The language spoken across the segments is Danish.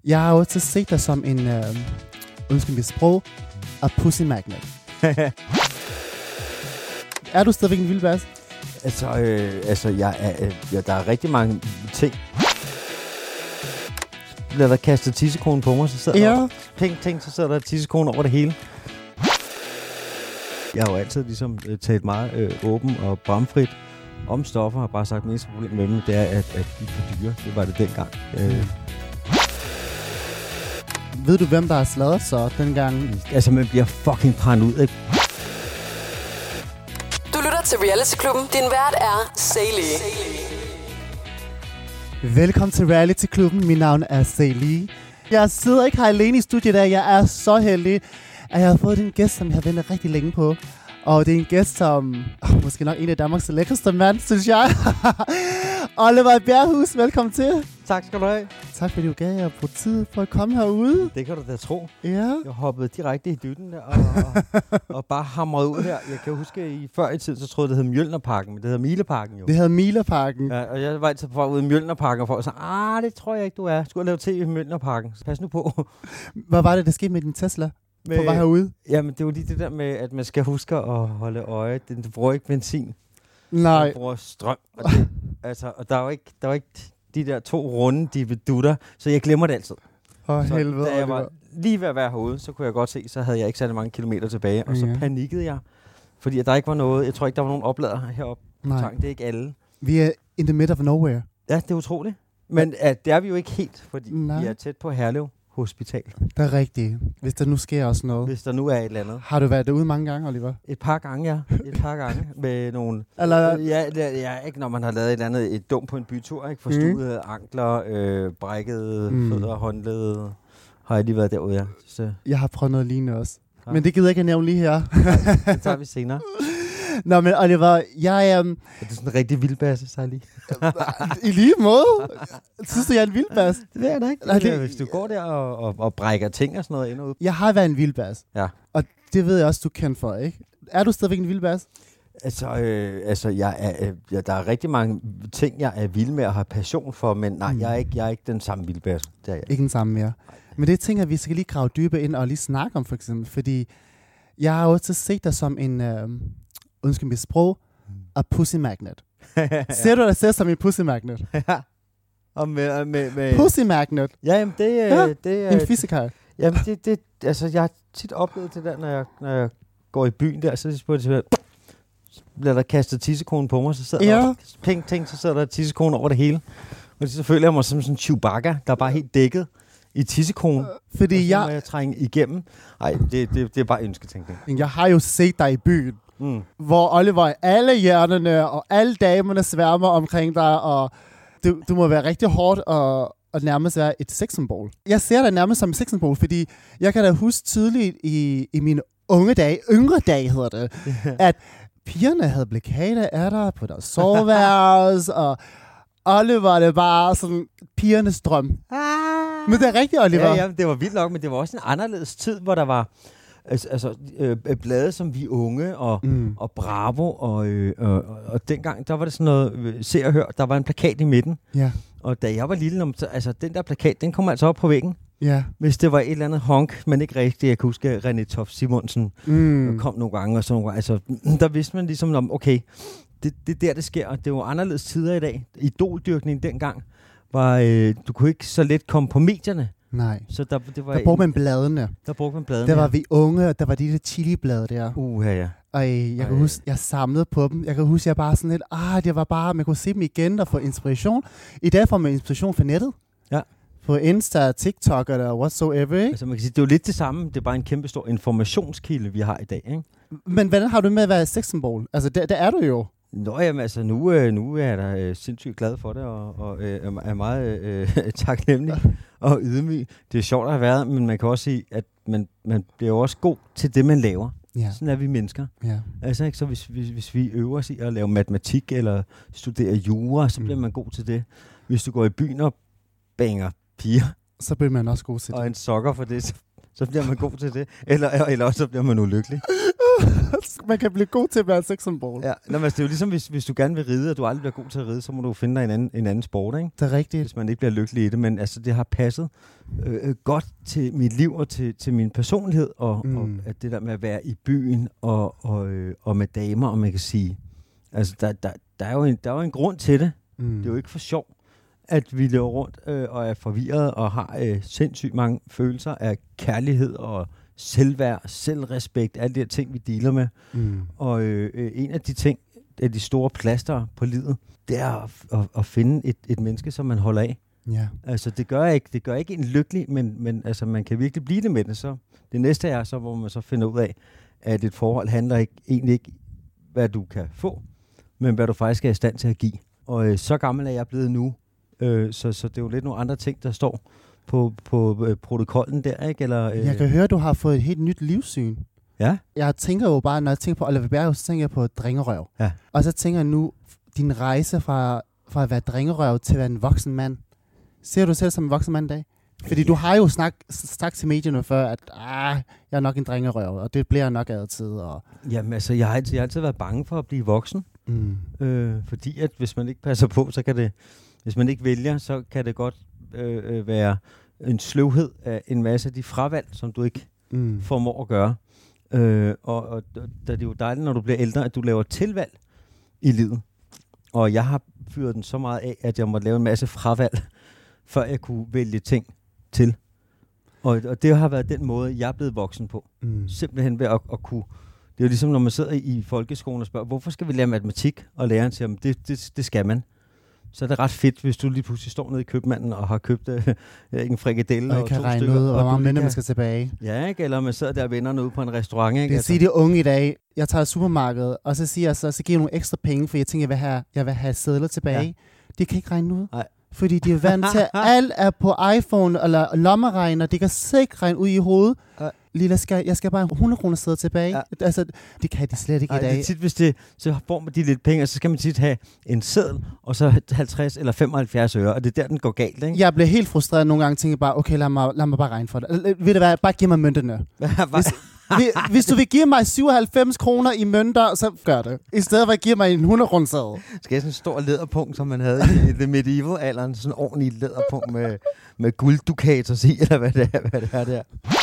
Jeg har jo til set dig som en, undskyld mit sprog, a pussy magnet. Er du stadigvæk en vildbas? Der er rigtig mange ting. Bliver der kastet tissekone på mig, så sidder så sidder der tissekone over det hele. Jeg har jo altid ligesom talt meget åben og bramfrit om stoffer, og bare sagt, at eneste problem med dem, det er, at de er for dyre. Det var det dengang. Ved du, hvem der har sladret så dengang? Altså, man bliver fucking paranoid, ikke? Du lytter til Reality Klubben. Din vært er Sally. Velkommen til Reality Klubben. Mit navn er Sally. Jeg sidder ikke her alene i studiet i dag. Jeg er så heldig, at jeg har fået en gæst, som jeg har ventet rigtig længe på. Og det er en gæst, som måske nok en af Danmarks lækreste mand, synes jeg. Oliver Bjerghus, velkommen til. Tak skal du have. Tak fordi du gav jer på tid for at komme herude. Det kan du da tro. Ja. Jeg hoppede direkte i dytten der og bare hamrede ud her. Jeg kan huske, før i tiden, så troede det hed Mjølnerparken, men det hedder Mileparken jo. Det hedder Mileparken. Ja, og jeg var altid på ud i Mjølnerparken, og folk sagde, det tror jeg ikke, du er. Du skulle have lavet tv i Mjølnerparken, så pas nu på. Hvad var det, der skete med din Tesla? På vej herude? Jamen, det er jo lige det der med, at man skal huske at holde øje. Den bruger ikke benzin. Nej. Den bruger strøm. Og der er jo ikke de der 2 runde dippedutter, så jeg glemmer det altid. Helvede. Da jeg var lige ved at være herude, så kunne jeg godt se, så havde jeg ikke særlig mange kilometer tilbage, og så panikkede jeg. Fordi der ikke var noget, jeg tror ikke, der var nogen oplader heroppe på tanken. Det er ikke alle. Vi er in the middle of nowhere. Ja, det er utroligt. Men det er vi jo ikke helt, fordi vi er tæt på Herlev Hospital. Det er rigtigt. Hvis der nu sker også noget. Hvis der nu er et eller andet. Har du været derude mange gange, Oliver? Et par gange, ja. Et par gange med nogle... ikke når man har lavet et eller andet, et dum på en bytur, ikke? Forstuede ankler, brækkede fødder, håndlede. Har jeg lige været derude, ja. Så. Jeg har prøvet noget lignende også. Ja. Men det gider jeg ikke at nævne lige her. Det tager vi senere. Nå, men Oliver, jeg... Er det sådan en rigtig vildbasse, Sally? I lige måde? Synes du, jeg er en vildbas? Det ved jeg da ikke. Hvis du går der og brækker ting og sådan noget ind og ud. Jeg har været en vildbas. Ja. Og det ved jeg også, du kendt for, ikke? Er du stadigvæk en vildbas? Der er rigtig mange ting, jeg er vild med og har passion for, men nej, jeg er ikke den samme vildbas. Det er jeg. Ikke den samme mere. Men det tænker vi skal lige grave dybere ind og lige snakke om, for eksempel. Fordi jeg har også set dig som en... undskyld mit sprog, a pussy magnet. Ser du dig selv som en pussy magnet? Ja. Og med pussy magnet? Ja, jamen det er... En fysikal? Jamen jeg har tit oplevet det der, når jeg går i byen der, så bliver der kastet tissekone på mig, så sidder så sidder der tissekone over det hele. Og så føler jeg mig som sådan en Chewbacca, der er bare helt dækket i tissekone. Fordi og så må jeg trænge igennem. Nej, det er bare ønsketænkning. Jeg har jo set dig i byen. Hvor Oliver, alle hjernerne og alle damerne sværmer omkring dig, og du må være rigtig hårdt og nærmest være et sexsymbol. Jeg ser dig nærmest som et sexsymbol, fordi jeg kan da huske tydeligt i mine yngre dage hedder det, at pigerne havde plakater af dig på deres soveværelse, og Oliver, det bare sådan pigernes drøm. Men det er rigtigt, Oliver. Ja, det var vildt nok, men det var også en anderledes tid, hvor der var blade som Vi Unge og Bravo og dengang der var det sådan noget Se og Hør, der var en plakat i midten. Ja. Og da jeg var lille, den der plakat, den kom altså op på væggen. Ja. Hvis det var et eller andet honk, men ikke rigtigt. Jeg kan huske René Toft Simonsen kom nogle gange og sådan nogle. Altså der vidste man ligesom om okay, det der det sker, og det var anderledes tider i dag. Idoldyrkning dengang var du kunne ikke så let komme på medierne. Nej. Så der brugte man bladene. Der var Vi Unge, og der var de der chili-blade der. Ja. Og jeg kan huske, jeg samlede på dem. Jeg kan huske, jeg bare sådan lidt, det var bare, man kunne se dem igen og få inspiration. I dag får man inspiration fra nettet. Ja. På Insta, TikTok eller whatsoever, ikke? Altså man kan sige, det er jo lidt det samme. Det er bare en kæmpe stor informationskilde, vi har i dag, ikke? Men hvordan har du med at være sexsymbol? Altså, der er du jo. Nå, jamen altså, nu er jeg da sindssygt glad for det, og er meget taknemmelig og ydmyg. Det er sjovt at have været, men man kan også sige, at man bliver jo også god til det, man laver. Ja. Sådan er vi mennesker. Ja. Altså, ikke? Så hvis vi øver os i at lave matematik eller studere jura, så bliver man god til det. Hvis du går i byen og banger piger, så bliver man også god til det. Og en sokker for det, så bliver man god til det. Eller også så bliver man ulykkelig. Man kan blive god til at være et sexsymbol. Ja, men det er jo ligesom, hvis du gerne vil ride, og du aldrig bliver god til at ride, så må du finde dig en anden sport, ikke? Det er rigtigt. Hvis man ikke bliver lykkelig i det. Men altså, det har passet godt til mit liv og til min personlighed, og at det der med at være i byen og med damer, og man kan sige, altså, der er jo en grund til det. Det er jo ikke for sjov, at vi løber rundt og er forvirret og har sindssygt mange følelser af kærlighed og selvværd, selvrespekt, alle de her ting, vi dealer med. Og en af de ting, af de store plaster på livet, det er at finde et menneske, som man holder af. Ja. Altså, det gør ikke en lykkelig, men altså, man kan virkelig blive det med det. Så det næste er så, hvor man så finder ud af, at et forhold handler egentlig ikke, hvad du kan få, men hvad du faktisk er i stand til at give. Og så gammel er jeg blevet nu, så det er jo lidt nogle andre ting, der står på protokollen der, ikke? Eller, Jeg kan høre, at du har fået et helt nyt livssyn. Ja? Jeg tænker jo bare, når jeg tænker på Oliver Bjerg, så tænker jeg på drengerøv. Ja. Og så tænker jeg nu, din rejse fra at være drengerøv til at være en voksen mand. Ser du selv som en voksen mand i dag? Fordi du har jo sagt til medierne før, at jeg er nok en drengerøv, og det bliver jeg nok altid. Og... Jamen altså, jeg har altid været bange for at blive voksen. Fordi at hvis man ikke passer på, så kan det, hvis man ikke vælger, så kan det godt være en sløvhed af en masse af de fravalg, som du ikke formår at gøre. Og det er jo dejligt, når du bliver ældre, at du laver tilvalg i livet. Og jeg har fyret den så meget af, at jeg måtte lave en masse fravalg, før jeg kunne vælge ting til. Og det har været den måde, jeg er blevet voksen på. Simpelthen ved at kunne... Det er jo ligesom, når man sidder i folkeskolen og spørger, hvorfor skal vi lære matematik? Og læreren siger, det skal man. Så er det ret fedt, hvis du lige pludselig står nede i købmanden og har købt en frikadelle og 2 stykker. Og kan regne ud, hvor mange mennesker skal tilbage. Ja, ikke? Eller man sidder der og vender ude på en restaurant. Ikke? Det vil sige, det unge i dag, jeg tager i supermarkedet, og så siger jeg så giver jeg nogle ekstra penge, for jeg tænker, jeg vil have sedler tilbage. Ja. Det kan ikke regne ud. Nej. Fordi de er vant til, at alt er på iPhone eller lommeregner. De kan sikkert regne ud i hovedet. Lilla, jeg skal bare 100 kroner sidde tilbage. Ja. Altså, det kan de slet ikke i dag. Det er tit, hvis så får man de lidt penge, og så skal man tit have en seddel, og så 50 eller 75 øre, og det er der, den går galt, ikke? Jeg bliver helt frustreret nogle gange og tænker bare, okay, lad mig bare regne for det. Ved du hvad, bare giv mig mønterne. Hvis du vil give mig 97 kroner i mønter, så gør det. I stedet for at give mig en 100 kroner seddel. Skal jeg sådan en stor læderpunkt, som man havde i the medieval-alderen, sådan en ordentlig læderpunkt med gulddukater i, eller hvad det er der.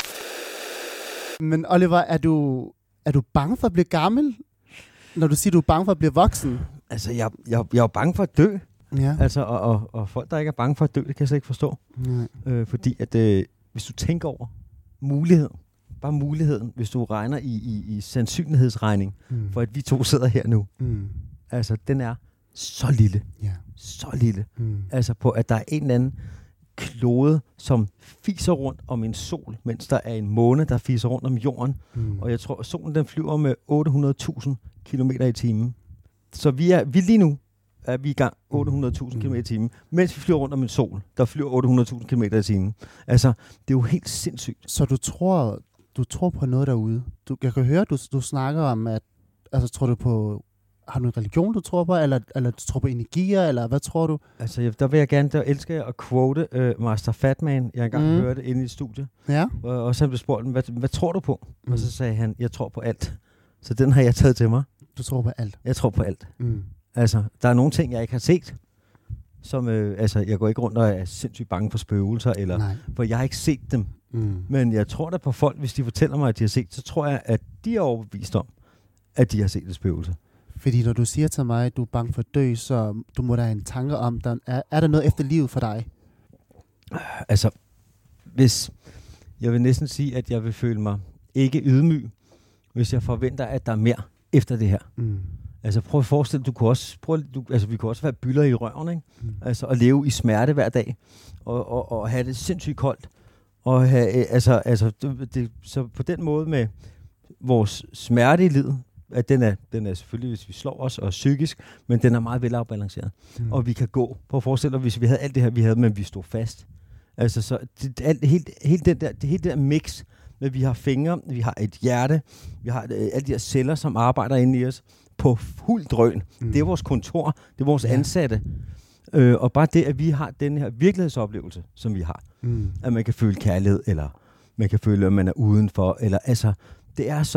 Men Oliver, er du bange for at blive gammel, når du siger, du er bange for at blive voksen? Altså, jeg er jo bange for at dø. Ja. Altså, og folk, der ikke er bange for at dø, det kan jeg slet ikke forstå. Fordi at hvis du tænker over muligheden, bare muligheden, hvis du regner i sandsynlighedsregning, for at vi to sidder her nu. Altså, den er så lille. Ja. Så lille. Altså, på at der er en eller anden klode, som fiser rundt om en sol, mens der er en måne, der fiser rundt om jorden. Og jeg tror, at solen den flyver med 800.000 kilometer i timen. Så vi lige nu er vi i gang 800.000 km i timen, mens vi flyver rundt om en sol, der flyver 800.000 km i timen. Altså, det er jo helt sindssygt. Så du tror på noget derude? Jeg kan høre, du snakker om, at altså, tror du på... Har du en religion, du tror på, eller du tror på energier, eller hvad tror du? Altså, der vil jeg gerne, der elsker jeg at quote Master Fatman. Jeg engang hørte inde i et studie. Ja. Og så blev spurgt, hvad tror du på? Og så sagde han, jeg tror på alt. Så den har jeg taget til mig. Du tror på alt? Jeg tror på alt. Altså, der er nogle ting, jeg ikke har set. Som, jeg går ikke rundt og er sindssygt bange for spøgelser, for jeg har ikke set dem. Men jeg tror da på folk, hvis de fortæller mig, at de har set, så tror jeg, at de er overbevist om, at de har set et spøgelse. Fordi når du siger til mig, at du er bange for at dø, så du må da have en tanke om, er der noget efter livet for dig? Altså, jeg vil næsten sige, at jeg vil føle mig ikke ydmyg, hvis jeg forventer, at der er mere efter det her. Altså prøv at forestille dig, vi kunne også være byller i røven, ikke? Altså at leve i smerte hver dag, og have det sindssygt koldt, og have, så på den måde med vores smerte i livet, at den er selvfølgelig, hvis vi slår os, og psykisk, men den er meget velafbalanceret. Og vi kan gå på at forestille os, hvis vi havde alt det her, vi havde, men vi stod fast. Altså så helt det der mix, med vi har fingre, vi har et hjerte, vi har alle de her celler, som arbejder inde i os på fuld drøn. Det er vores kontor, det er vores ansatte. Og bare det, at vi har den her virkelighedsoplevelse, som vi har. At man kan føle kærlighed, eller man kan føle, at man er udenfor, eller altså, det er så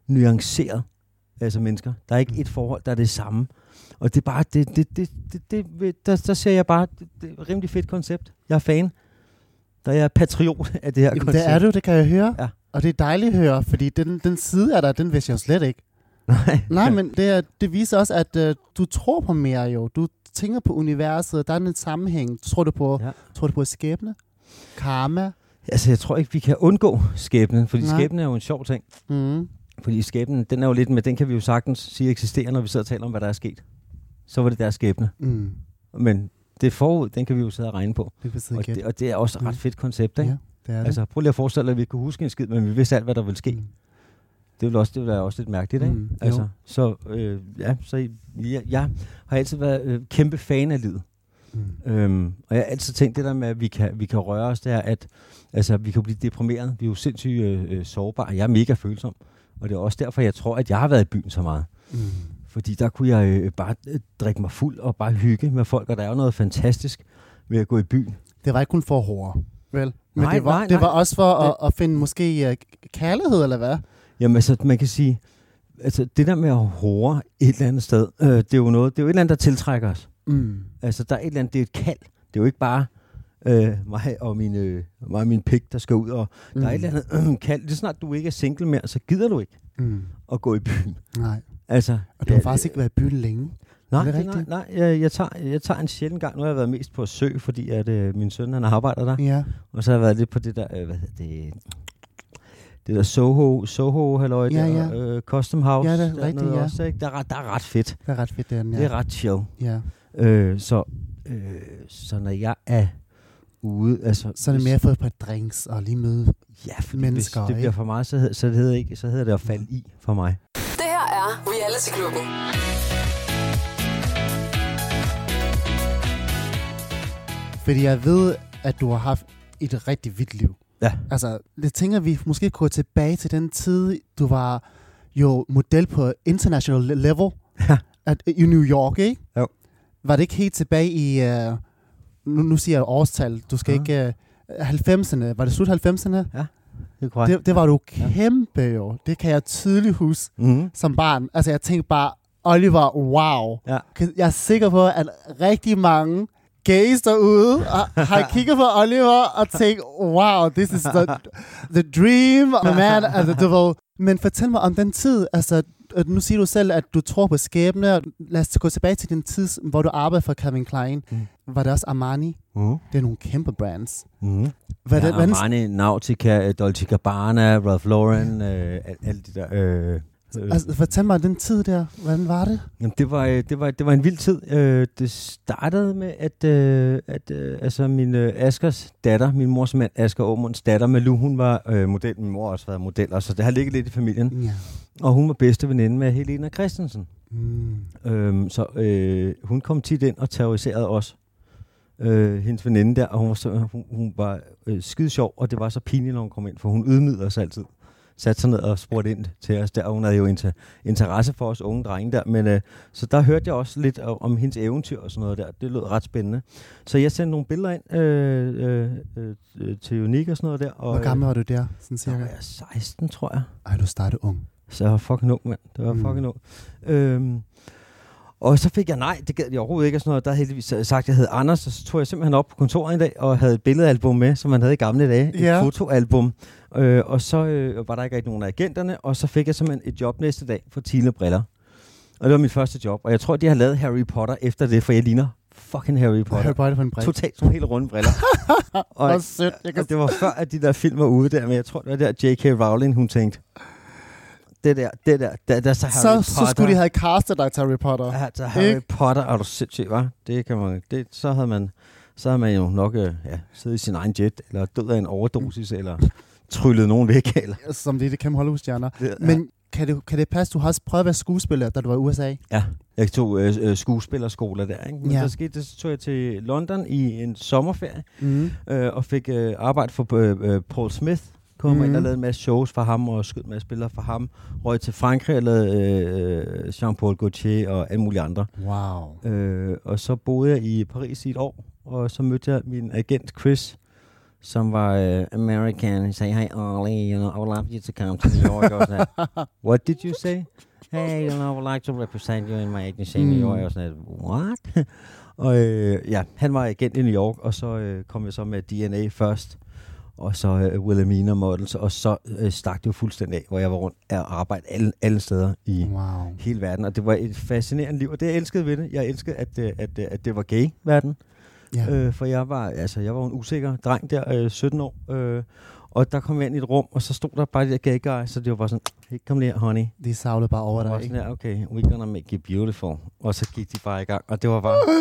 nuanceret, altså mennesker. Der er ikke et forhold, der er det samme. Og det er bare, der ser jeg bare, det er et rimelig fedt koncept. Jeg er fan. Der er jeg patriot af det her koncept. Det er du, det kan jeg høre. Ja. Og det er dejligt at høre, fordi den side af dig, den vidste jeg jo slet ikke. Nej, men det viser også, at du tror på mere jo. Du tænker på universet, der er en sammenhæng. Tror du på skæbne? Karma? Altså, jeg tror ikke, vi kan undgå skæbnen, fordi skæbnen er jo en sjov ting. Mm. Fordi skæbnen, den er jo lidt med, den kan vi jo sagtens sige eksisterer, når vi sidder og taler om, hvad der er sket. Så var det der skæbne. Mm. Men det forud, den kan vi jo sidde og regne på. Og det er også et ret fedt koncept, ikke? Ja, det er det. Altså, prøv lige at forestille dig, at vi kunne huske en skid, men vi vidste alt, hvad der ville ske. Det ville være også lidt mærkeligt, ikke? Altså, så jeg har altid været kæmpe fan af livet. Og jeg har altid tænkt det der med, at vi kan røre os, det er, at altså, vi kan blive deprimeret. Vi er jo sindssygt sårbare. Jeg er mega følsom. Og det er også derfor, jeg tror, at jeg har været i byen så meget. Fordi der kunne jeg bare drikke mig fuld og bare hygge med folk, og der er jo noget fantastisk ved at gå i byen. Det var ikke kun for horror, vel? Men det var også for at finde måske kærlighed, eller hvad? Jamen altså, man kan sige, altså det der med at horre et eller andet sted, det er jo noget, det er jo et eller andet, der tiltrækker os. Altså der er et eller andet, det er et kald. Det er jo ikke bare mig og min pik, der skal ud, og der er et eller andet kald. Det er snart, du ikke er single mere, så gider du ikke at gå i byen. Nej. Altså, og du har faktisk ikke været i byen længe. Nej, jeg tager en sjælden gang. Nu har jeg været mest på sø, fordi at min søn, han arbejder der. Ja. Og så har jeg været lidt på det der, det der Soho-halløj, Custom House. Ja, det er rigtigt, ja. Også, ikke? Der er ret fedt. Det er ret fedt, ja. Det er ret chill. Ja. Så når jeg er ude... Altså, så er det mere at få et par drinks og lige møde mennesker. Hvis det bliver for meget, så hedder det at falde i for mig. Det her er Reality-klubben. Fordi jeg ved, at du har haft et rigtig vildt liv. Ja. Altså, det tænker vi måske gå tilbage til den tid, du var jo model på international level i New York, ikke? Jo. Var det ikke helt tilbage i, nu siger jeg årstal, du skal ikke, 90'erne, var det slut 90'erne? Ja, det er korrekt. Det var du kæmpe jo, det kan jeg tydeligt huske som barn. Altså, jeg tænkte bare, Oliver, wow. Ja. Jeg er sikker på, at rigtig mange gays derude har kigget på Oliver og tænkt, wow, this is the dream, man. Altså, men fortæl mig om den tid. Altså, nu siger du selv, at du tror på skæbne. Lad os gå tilbage til den tid, hvor du arbejdede for Calvin Klein. Var det også Armani? Det er nogle kæmpe brands. Armani, Nautica, Dolce Gabbana, Ralph Lauren, alle de der... Altså, fortæl mig den tid der. Hvordan var det? Jamen, det var en vild tid. Det startede med, at altså min Askers datter, min mors mand, Asger Aamunds datter, Malou, hun var model. Min mor har også været model, så det har ligget lidt i familien. Ja. Og hun var bedste veninde med Helena Christensen. Så hun kom tit ind og terroriserede os. Hendes veninde der, og hun var skide sjov, og det var så pinligt, når hun kom ind, for hun ydmygede os altid. Satte sig ned og spurgte ind til os der, og hun havde jo interesse for os unge drenge der, men så der hørte jeg også lidt om hendes eventyr og sådan noget der. Det lød ret spændende. Så jeg sendte nogle billeder ind til Unique og sådan noget der. Og, hvor gammel var du der? Sådan cirka? Der var jeg 16, tror jeg. Ej, du startede ung. Så jeg var fucking ung, mand. Det var fucking ung. Og så fik jeg nej, det gad jeg overhovedet ikke og sådan noget. Der havde heldigvis sagt, at jeg hed Anders, og så tog jeg simpelthen op på kontoret en dag og havde et billedalbum med, som man havde i gamle dage. Et fotoalbum. Og så var der ikke rigtig nogen af agenterne, og så fik jeg simpelthen et job næste dag for Tile Briller. Og det var mit første job, og jeg tror, de har lavet Harry Potter efter det, for jeg ligner fucking Harry Potter. Harry Potter på en brille. Totalt sådan helt runde briller. og det var før, at de der film var ude der, men jeg tror, det var der J.K. Rowling, hun tænkte... Det der så Harry Potter. Så skulle de have castet dig til Harry Potter. Ja, til Harry Potter, er du sindssygt, hva'? Det kan man... Så havde man jo nok siddet i sin egen jet, eller død af en overdosis, eller tryllet nogen væk, eller... Som det kæmpe Hollywood-stjerner. Ja. Men kan det passe, du har også prøvet at være skuespiller, da du var i USA? Ja, jeg tog skuespillerskoler der, ikke? Men så tog jeg til London i en sommerferie, og fik arbejde for Paul Smith. Kom ind og lavede en masse shows for ham, og skød en masse spillere for ham. Røg til Frankrig og lavede Jean-Paul Gaultier og alle mulige andre. Wow. Og så boede jeg i Paris i et år, og så mødte jeg min agent Chris, som var American. He sagde, hey Ollie, I would love you to come to New York. Og sådan, what did you say? Hey, I would like to represent you in my agency in New York. Og sådan, what? Og han var agent i New York, og så kom jeg så med DNA først, og så Wilhelmina Models, og så stak det jo fuldstændig af, hvor jeg var rundt og arbejdede alle steder i hele verden. Og det var et fascinerende liv, og det jeg elskede ved det. Jeg elskede, at det var gay-verden. Yeah. For jeg var en usikker dreng der, 17 år, og der kom jeg ind i et rum, og så stod der bare de der gay guys, så det var bare sådan, hey, kom lige her, honey. De savlede bare over dig, ikke? Sådan, okay, we're gonna make you beautiful. Og så gik de bare i gang, og det var bare...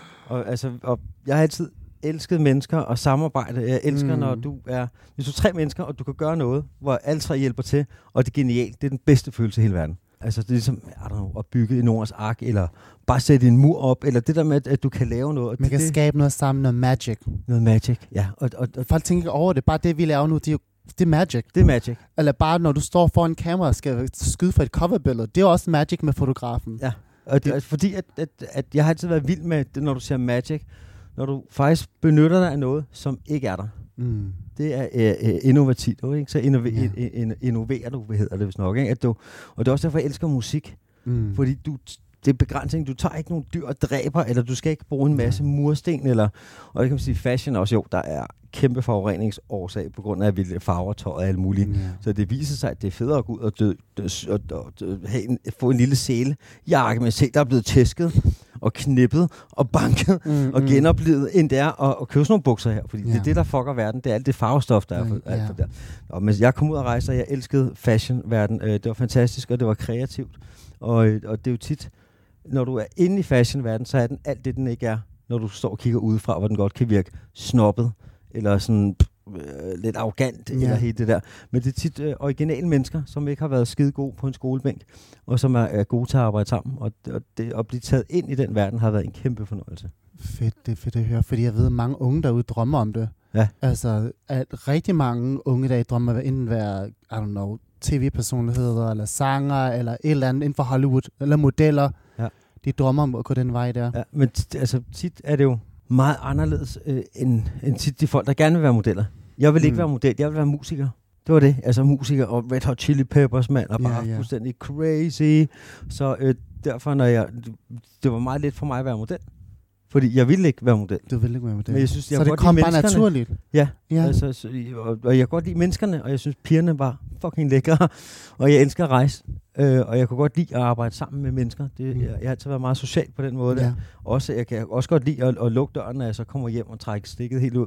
og jeg har altid elsket mennesker og samarbejde. Jeg elsker, når hvis du er 3 mennesker, og du kan gøre noget, hvor alle 3 hjælper til, og det er genialt. Det er den bedste følelse i hele verden. Altså, det er ligesom, at bygge en Noahs ark, eller bare sætte en mur op, eller det der med, at du kan lave noget. Man kan skabe noget sammen, noget magic. Noget magic, ja. Og folk tænker over det. Bare det, vi laver nu, det er magic. Det er magic. Eller bare, når du står foran kamera og skal skyde for et coverbillede. Det er også magic med fotografen. Ja, og det er fordi, at jeg har altid været vild med det, når du siger magic. Når du faktisk benytter dig af noget, som ikke er der. Det er innovativt, ikke? Så innoverer du, hvad hedder det vist nok, ikke? Og det er også derfor, jeg elsker musik. Fordi det er begrænsning. Du tager ikke nogen dyr og dræber, eller du skal ikke bruge en masse mursten, og det kan man sige, fashion også, jo, der er kæmpe forureningsårsag på grund af vilde farver, tøj og alt muligt. Så det viser sig, at det er federe at gå ud og få en lille sælejakke med se, der er blevet tæsket og knippet og banket og genoplevet, end det er at købe sådan nogle bukser her. Fordi det er det, der fucker verden. Det er alt det farvestof, der er for der. Men jeg kom ud og rejse, og jeg elskede fashion-verden. Det var fantastisk, og det var kreativt. Og det er jo tit, når du er inde i fashion-verden, så er den alt det, den ikke er, når du står og kigger udefra, hvor den godt kan virke snobbet, eller sådan lidt arrogant, eller helt det der. Men det er tit originale mennesker, som ikke har været skide gode på en skolebænk, og som er gode til at arbejde sammen. Og det at blive taget ind i den verden har været en kæmpe fornøjelse. Fedt, det er fedt at høre, fordi jeg ved, at mange unge derude drømmer om det. Ja. Altså, at rigtig mange unge der drømmer om at enten være, I don't know, tv-personligheder, eller sanger, eller et eller andet inden for Hollywood, eller modeller. Ja. De drømmer om at gå den vej der. Ja, men tit er det jo meget anderledes end tit de folk, der gerne vil være modeller. Jeg vil ikke være model, jeg vil være musiker. Det var det. Altså musiker og Red Hot Chili Peppers, mand, og bare fuldstændig crazy. Så derfor, det var meget let for mig at være model. Fordi jeg ville ikke være model. Du ville ikke være model. Men jeg synes, så det kom bare naturligt? Ja. Altså, og jeg kan godt lide menneskerne, og jeg synes, pigerne var fucking lækre. Og jeg elsker at rejse. Og jeg kunne godt lide at arbejde sammen med mennesker. Jeg har altid været meget social på den måde. Der. Også, jeg kan også godt lide at lukke døren, når jeg så kommer hjem og trækker stikket helt ud.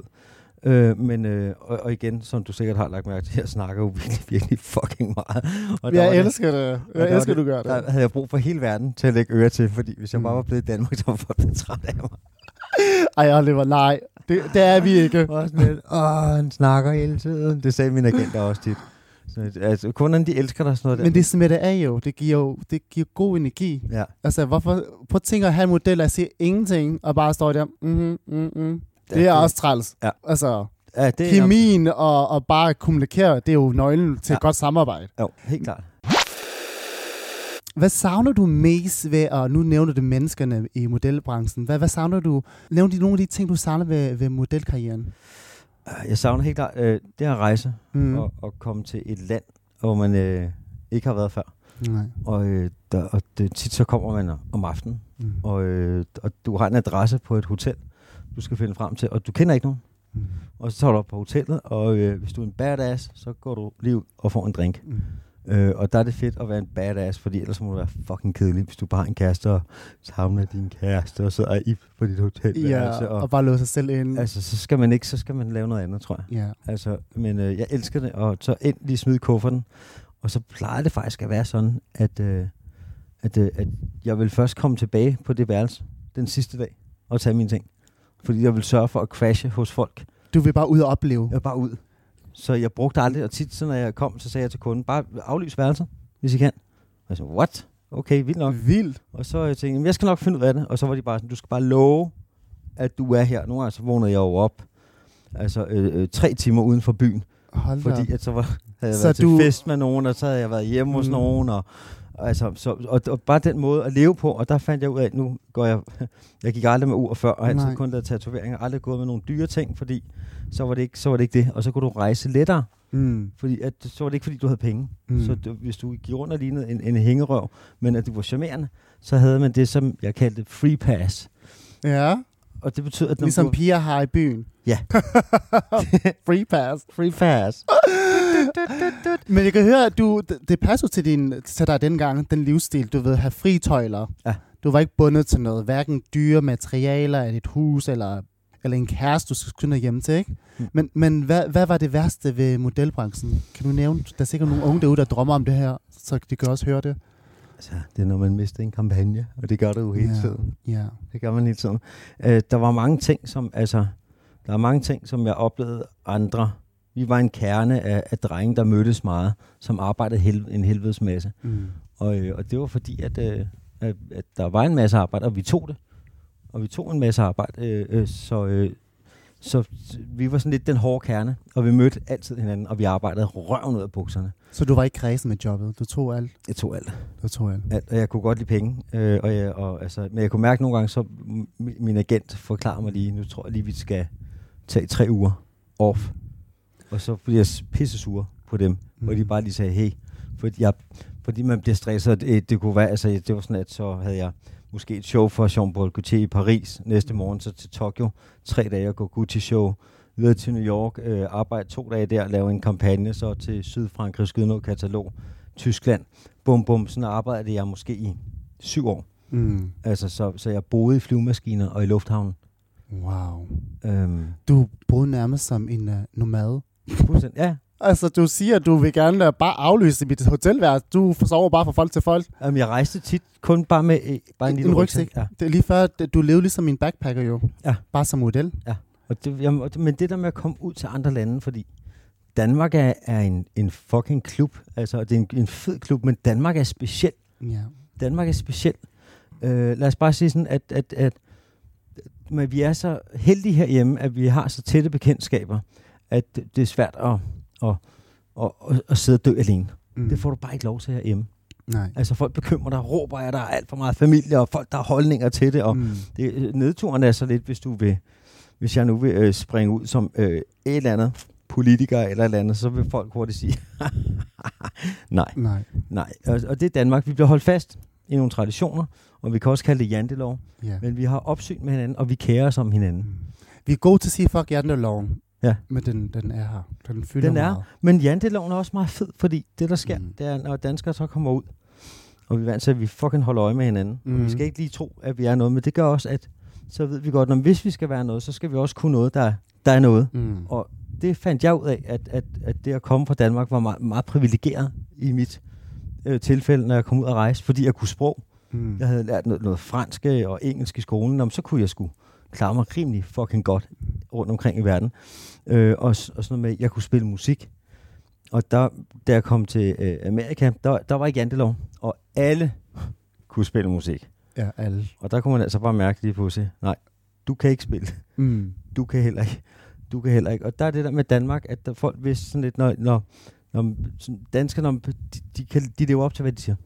Og igen, som du sikkert har lagt mærke til, jeg snakker jo virkelig, virkelig fucking meget. Og jeg elsker det. Jeg elsker, du gør det. Der havde jeg brug for hele verden til at lægge øre til, fordi hvis jeg bare var blevet i Danmark, så var folk blevet træt af mig. Ej, Oliver, nej. Det er vi ikke. Han snakker hele tiden. Det sagde min agent også tit. Så, altså, kunderne, de elsker dig sådan noget der. Men det smitter af jo. Det giver god hvorfor? Ja. Altså, hvorfor? Prøv at tænke at have en model, der siger ingenting, og bare står der, Det er også træls. Ja. Altså, kemien og bare kommunikere, det er jo nøglen til et godt samarbejde. Jo, helt klart. Hvad savner du mest ved, og nu nævner du menneskerne i modelbranchen, hvad savner du? Nævner nogle af de ting, du savner ved modelkarrieren? Jeg savner helt klart det at rejse og komme til et land, hvor man ikke har været før. Nej. Og tit så kommer man om aftenen, og du har en adresse på et hotel, du skal finde frem til, og du kender ikke nogen. Og så tager du op på hotellet, og hvis du er en badass, så går du lige ud og får en drink. Og der er det fedt at være en badass, fordi ellers må du være fucking kedelig, hvis du bare har en kæreste og savner din kæreste og sidder i på dit hotel. Ja, og bare låser sig selv ind. Altså, så skal man lave noget andet, tror jeg. Ja. Altså, men jeg elsker det, og så endelig smide kufferten. Og så plejer det faktisk at være sådan, at jeg vil først komme tilbage på det værelse den sidste dag og tage mine ting. Fordi jeg vil sørge for at crashe hos folk. Du vil bare ud og opleve? Jeg vil bare ud. Så jeg brugte aldrig, og tit, så når jeg kom, så sagde jeg til kunden, bare aflys værelset, hvis I kan. Og jeg sagde, what? Okay, vildt nok. Vildt. Og så jeg tænkte, jeg skal nok finde ud af det. Og så var de bare sådan, du skal bare love, at du er her. Nogle gange så vågnede jeg jo op, 3 timer uden for byen. Fordi at så havde jeg været til fest med nogen, og så havde jeg været hjemme hos nogen, Altså, og bare den måde at leve på, og der fandt jeg ud af, at nu går jeg gik aldrig med ur før, og altid kun lavet tatoveringer, aldrig gået med nogle dyre ting, fordi så var det ikke det, og så kunne du rejse lettere, fordi så var det ikke fordi du havde penge. Så hvis du gik rundt og lignede en hængerøv, men at du var charmerende, så havde man det, som jeg kaldte free pass. Ja. Og det betyder, at ligesom piger har i byen. Ja. Free pass. Free pass. Men jeg kan høre, at det passer til dig dengang, den livsstil, du ved, have fri tøjler. Ja. Du var ikke bundet til noget, hverken dyre materialer, et hus eller en kæreste, du skulle skynde hjem til, ikke? Men hvad var det værste ved modelbranchen? Kan du nævne? Der er sikkert nogle unge derude, der drømmer om det her, så de kan også høre det. Altså, det er, når man mister en kampagne, og det gør det jo hele tiden. Ja. Det gør man hele tiden. Der var mange ting, som jeg oplevede andre. Vi var en kerne af drenge, der mødtes meget, som arbejdede en helvedes masse. Og det var fordi, at der var en masse arbejde, og vi tog det. Og vi tog en masse arbejde, så vi var sådan lidt den hårde kerne, og vi mødte altid hinanden, og vi arbejdede røven ud af bukserne. Så du var ikke kredsen med jobbet? Du tog alt? Jeg tog alt. Du tog alt? Og jeg kunne godt lide penge, men jeg kunne mærke nogle gange, så min agent forklarede mig lige, nu tror jeg lige, vi skal tage 3 uger off. Og så blev jeg pissesur på dem, hvor de bare lige sagde, hey, fordi man bliver stresset. Det kunne være, altså det var sådan, at så havde jeg måske et show for Jean-Paul Gaultier i Paris næste morgen, så til Tokyo, 3 dage at gå Gucci-show, videre til New York, arbejde 2 dage der, lave en kampagne, så til Sydfrankrig, skyde noget katalog, Tyskland, bum, sådan arbejdede jeg måske i 7 år. Altså, så jeg boede i flyvemaskiner og i lufthavnen. Wow. Du boede nærmest som en nomade. Ja. Altså, du siger, at du vil gerne bare aflyse mit hotelværelse. Du sover bare fra folk til folk. Jeg rejste tit kun bare med en lille rygsæk. Ja. Det er lige før, at du levede ligesom en backpacker jo. Ja. Bare som model. Ja. Men det der med at komme ud til andre lande, fordi Danmark er en fucking klub. Altså, det er en fed klub, men Danmark er speciel. Ja. Danmark er speciel. Lad os bare sige sådan, at men vi er så heldige herhjemme, at vi har så tætte bekendtskaber, at det er svært at sidde og dø alene. Det får du bare ikke lov til herhjemme. Nej. Altså folk bekymrer dig, råber af, der er alt for meget familie, og folk, der har holdninger til det, og nedturen er så lidt, hvis jeg nu vil springe ud som et eller andet politiker eller et eller andet, så vil folk hurtigt sige, nej. Og det er Danmark. Vi bliver holdt fast i nogle traditioner, og vi kan også kalde det jantelov, men vi har opsyn med hinanden, og vi kærer os om hinanden. Vi er gode til at sige, fuck janteloven. Ja. Men den er her. Den fylder meget. Men janteloven er også meget fed, fordi det, der sker, det er, når danskere så kommer ud, og vi er vant til, at vi fucking holder øje med hinanden. Vi skal ikke lige tro, at vi er noget, men det gør også, at så ved vi godt, at hvis vi skal være noget, så skal vi også kunne noget, der er noget. Og det fandt jeg ud af, at det at komme fra Danmark var meget, meget privilegeret i mit tilfælde, når jeg kom ud og rejse, fordi jeg kunne sprog. Jeg havde lært noget fransk og engelsk i skolen, så kunne jeg sgu klare mig rimelig fucking godt rundt omkring i verden. Og sådan noget med, at jeg kunne spille musik. Og da jeg kom til Amerika, der var ikke jantelov, og alle kunne spille musik. Ja, alle. Og der kunne man altså bare mærke lige pludselig, nej, du kan ikke spille. Du kan heller ikke. Og der er det der med Danmark, at der folk vidste sådan lidt, når danskerne, de lever op til, hvad de siger.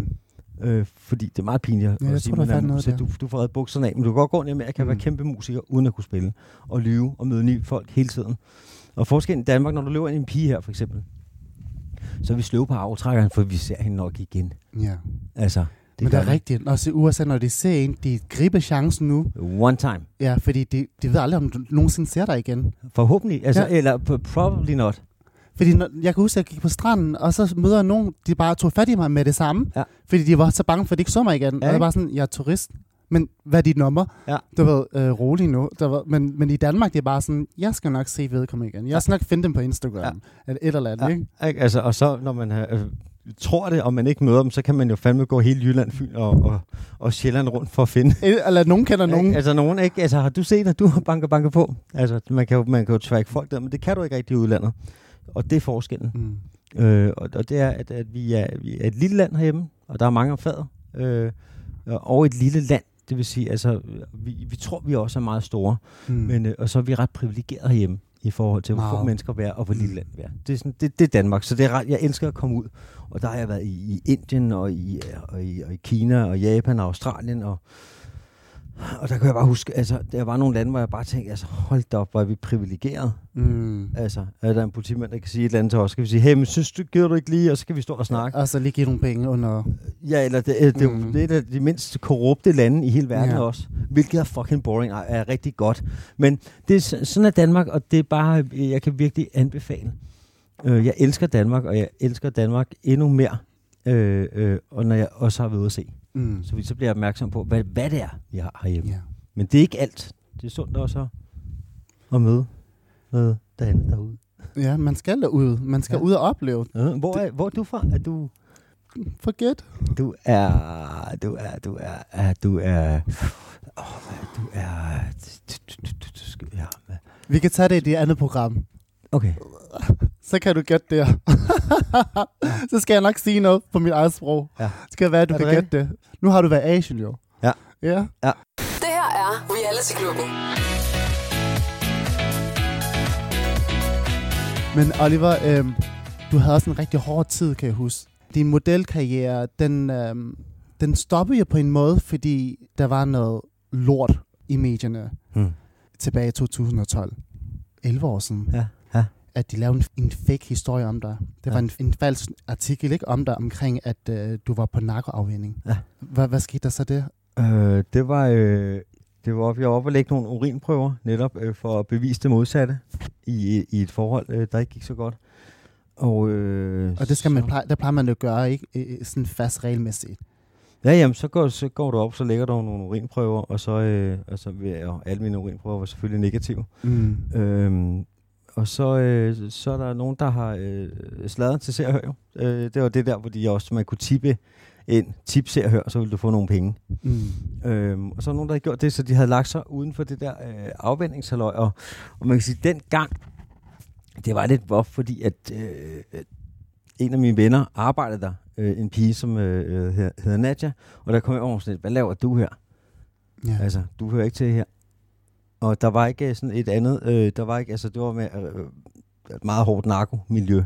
Fordi det er meget pinligt at sige, du får reddet bukserne af, men du kan godt gå ned med, at kan være kæmpe musiker, uden at kunne spille, og lyve, og møde nye folk hele tiden. Og forskellen i Danmark, når du løber ind i en pige her, for eksempel, så er vi sløve på aftrækkeren, for vi ser hende nok igen. Ja. Altså, men det er rigtigt. Også i USA, når de ser en, de griber chancen nu. One time. Ja, fordi de ved aldrig, om du nogensinde ser dig igen. Forhåbentlig, altså, eller probably not. Fordi jeg kan huske, at jeg gik på stranden, og så møder jeg nogen, de bare tog fat i mig med det samme. Ja. Fordi de var så bange for, at de ikke så mig igen. Ja. Og jeg var sådan, jeg er turist. Men hvad er dit nummer? Ja. Du ved, rolig nu. Men i Danmark, det er bare sådan, jeg skal nok se vedkommende igen. Jeg skal nok finde dem på Instagram. Ja. Eller andet, ikke? Altså, og så, når man tror det, og man ikke møder dem, så kan man jo fandme gå hele Jylland, Fyn og Sjælland rundt for at finde. Eller nogen kender nogen. Altså, nogen ikke. Altså, har du set, at du har banker på? Altså, man kan jo trække folk der, men det kan du ikke rigtig i udlandet. Og det er forskellen. Og det er, at vi er et lille land herhjemme, og der er mange om fadet. Og et lille land, det vil sige, altså, vi tror, vi også er meget store, men og så er vi ret privilegeret herhjemme i forhold til, hvor få mennesker vi er, og hvor lille land vi er. Det er Danmark, så det er ret, jeg elsker at komme ud. Og der har jeg været i Indien, og i Kina, og Japan, og Australien, og der kan jeg bare huske, altså, der var nogle lande, hvor jeg bare tænkte, altså, hold da op, hvor er vi privilegeret. Altså, er der en politimand, der kan sige et eller andet til os, skal vi sige, hey, men synes du, giver du ikke lige, og så kan vi stå og snakke. Og så lige give nogle penge under... Ja, eller det er de mindst korrupte lande i hele verden også, hvilket er fucking boring, er rigtig godt. Men det er sådan er Danmark, og det er bare, jeg kan virkelig anbefale. Jeg elsker Danmark, og jeg elsker Danmark endnu mere, og når jeg også har været ude at se. Så bliver jeg opmærksom på, hvad det er, vi har herhjemme. Yeah. Men det er ikke alt. Det er sundt også at møde noget andet derude. Ja, man skal derude. Man skal ud og opleve. Hvor er du fra? Er du... Forget. Du er... Vi kan tage det i det andet program. Okay. Så kan du gætte det. Så skal jeg nok sige noget på mit eget sprog. Ja. Så skal det være, at du kan gætte det. Nu har du været Asian, jo. Ja. Det her er Reality-klubben. Men Oliver, du havde også en rigtig hård tid, kan jeg huske. Din modelkarriere, den stoppede jo på en måde, fordi der var noget lort i medierne tilbage i 2012. 11 år siden. Ja. At de lavede en fake historie om dig. Det var en falsk artikel ikke om dig, omkring at du var på narkoafvænning. Ja. Hvad skete der så der? Det var jeg var oppe og lægge nogle urinprøver, netop for at bevise det modsatte i et forhold, der ikke gik så godt. Og det skal der plejer man at gøre, ikke? Sådan fast regelmæssigt. Ja, jamen, så går du op, så lægger du nogle urinprøver, og så alle mine urinprøver var selvfølgelig negative. Og så er der nogen, der har sladret til Se og Hør. Det var det der, hvor man kunne tippe ind, tip Se og Hør, så ville du få nogle penge. Og så er nogen, der havde gjort det, så de havde lagt sig uden for det der afvændingshaløj. Og man kan sige, den gang, det var lidt voff, fordi at en af mine venner arbejdede der, en pige, som hedder Nadja, og der kom jeg over sådan lidt, hvad laver du her? Ja. Altså, du hører ikke til her. Og der var ikke sådan et andet, der var ikke, altså det var med et meget hårdt narkomiljø.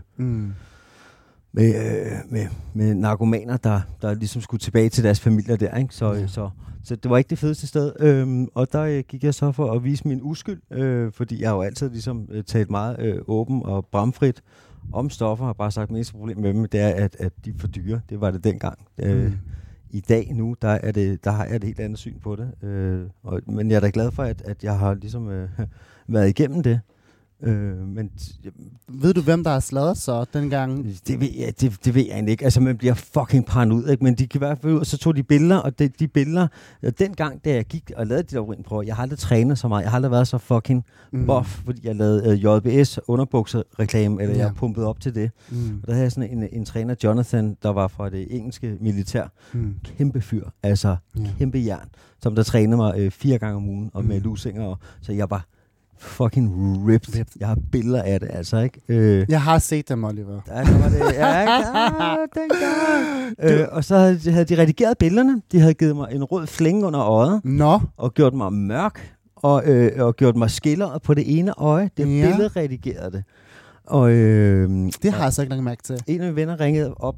Med narkomaner, der ligesom skulle tilbage til deres familier der, ikke? Så det var ikke det fedeste sted. Og der gik jeg så for at vise min uskyld, fordi jeg har jo altid ligesom talt meget åben og bramfrit om stoffer, og bare sagt, at eneste problem med dem, det er, at de er for dyre. Det var det dengang. I dag nu, der har jeg et helt andet syn på det. Men jeg er da glad for, at jeg har ligesom været igennem det. Men ved du, hvem der har sladret så dengang? Det ved jeg ikke. Altså, man bliver fucking paranoid, ikke? Men de kan i hvert fald ud, og så tog de billeder, og de billeder, dengang, da jeg gik og lavede de der urinprøver, jeg har aldrig trænet så meget. Jeg har aldrig været så fucking buff, fordi jeg lavede JBS underbukser-reklame, eller jeg pumpede op til det. Og der havde jeg sådan en træner, Jonathan, der var fra det engelske militær. Kæmpe fyr, altså kæmpe jern, som der trænede mig 4 gange om ugen, og med lusinger, så jeg var fucking ripped. Jeg har billeder af det, altså, ikke? Jeg har set dem, Oliver. Der var det. Dengang. Og så havde de redigeret billederne. De havde givet mig en rød flænge under øjet. Og gjort mig mørk. Og gjort mig skilleret på det ene øje. Det billede redigerede det. Og, det har jeg så ikke langt mærke til. En af mine venner ringede op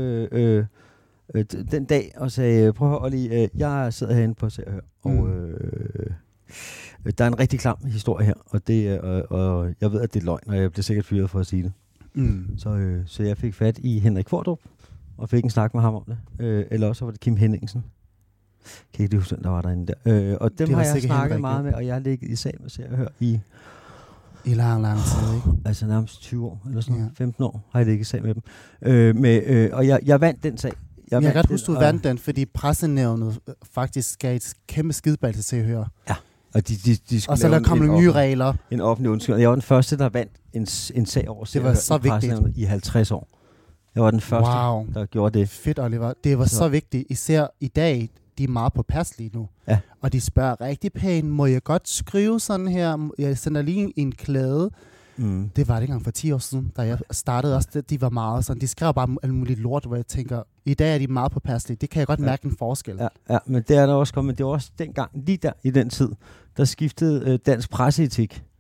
den dag og sagde, prøv at høre, Olli, jeg sidder herinde på Se og Hør. Og der er en rigtig klam historie her, og jeg ved, at det er løgn, og jeg bliver sikkert fyret for at sige det. Så jeg fik fat i Henrik Qvortrup, og fik en snak med ham om det. Eller også var det Kim Henningsen. Kan ikke huske, der var derinde der. Og dem har jeg snakket meget med, og jeg har ligget i sag med Se og Hør i lang tid, ikke? Altså nærmest 20 år, eller sådan 15 år har jeg ligget i sag med dem. Og jeg vandt den sag. Jeg kan godt huske, du vandt den, fordi pressenævnet faktisk gav et kæmpe skideball til Se og Hør. Ja. Og og så der kom nogle nye regler. En offentlig undskyld. Jeg var den første, der vandt en sag over Se og Hør. Det var så vigtigt. I 50 år. Jeg var den første, der gjorde det. Fedt, Oliver. Det var så vigtigt. Især i dag, de er meget påpasselige nu. Ja. Og de spørger rigtig pænt, må jeg godt skrive sådan her? Jeg sender lige en klæde. Det var det engang for 10 år siden, da jeg startede også. De var meget sådan, de skrev bare alt muligt lort, hvor jeg tænker, i dag er de meget påpasselige. Det kan jeg godt mærke en forskel. Ja, men det er der også kommet. Men det var også dengang, lige der i den tid, der skiftede dansk presseetik.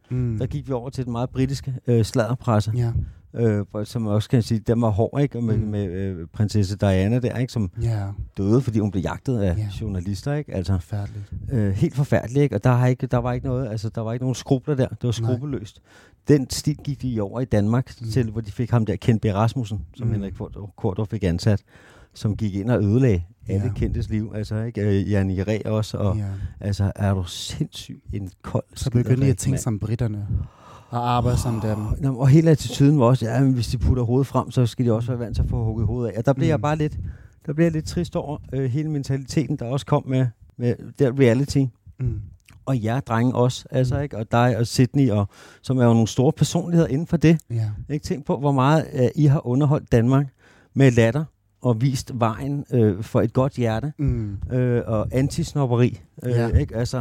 der gik vi over til den meget britiske sladderpresse. Ja. Som også kan sige, den var hård, ikke? Med prinsesse Diana der, ikke? Som døde, fordi hun blev jagtet af journalister, ikke? Altså, forfærdeligt. Helt forfærdeligt, ikke? Og der var ikke noget, altså der var ikke nogen skrubler der. Det var skrupelløst. Den stil gik de over i Danmark til, hvor de fik ham der Kent B. Rasmussen, som Henrik Qvortrup fik ansat, som gik ind og ødelagde alle kendtes liv, altså ikke Jan Iré også, og altså er du sindssyg en kold. Så begyndte jeg at tænke som britterne. Og arbejde som dem. Og hele attituden var også, men hvis de putter hovedet frem, så skal de også være vant til at få hugget hovedet af. Og der blev jeg bare lidt trist over hele mentaliteten, der også kom med der reality. Og jer, drenge også, altså, ikke? Og dig og Sydney, og, som er jo nogle store personligheder inden for det. Ikke? Tænk på, hvor meget I har underholdt Danmark med latter og vist vejen for et godt hjerte og antisnopperi. Ikke? Altså,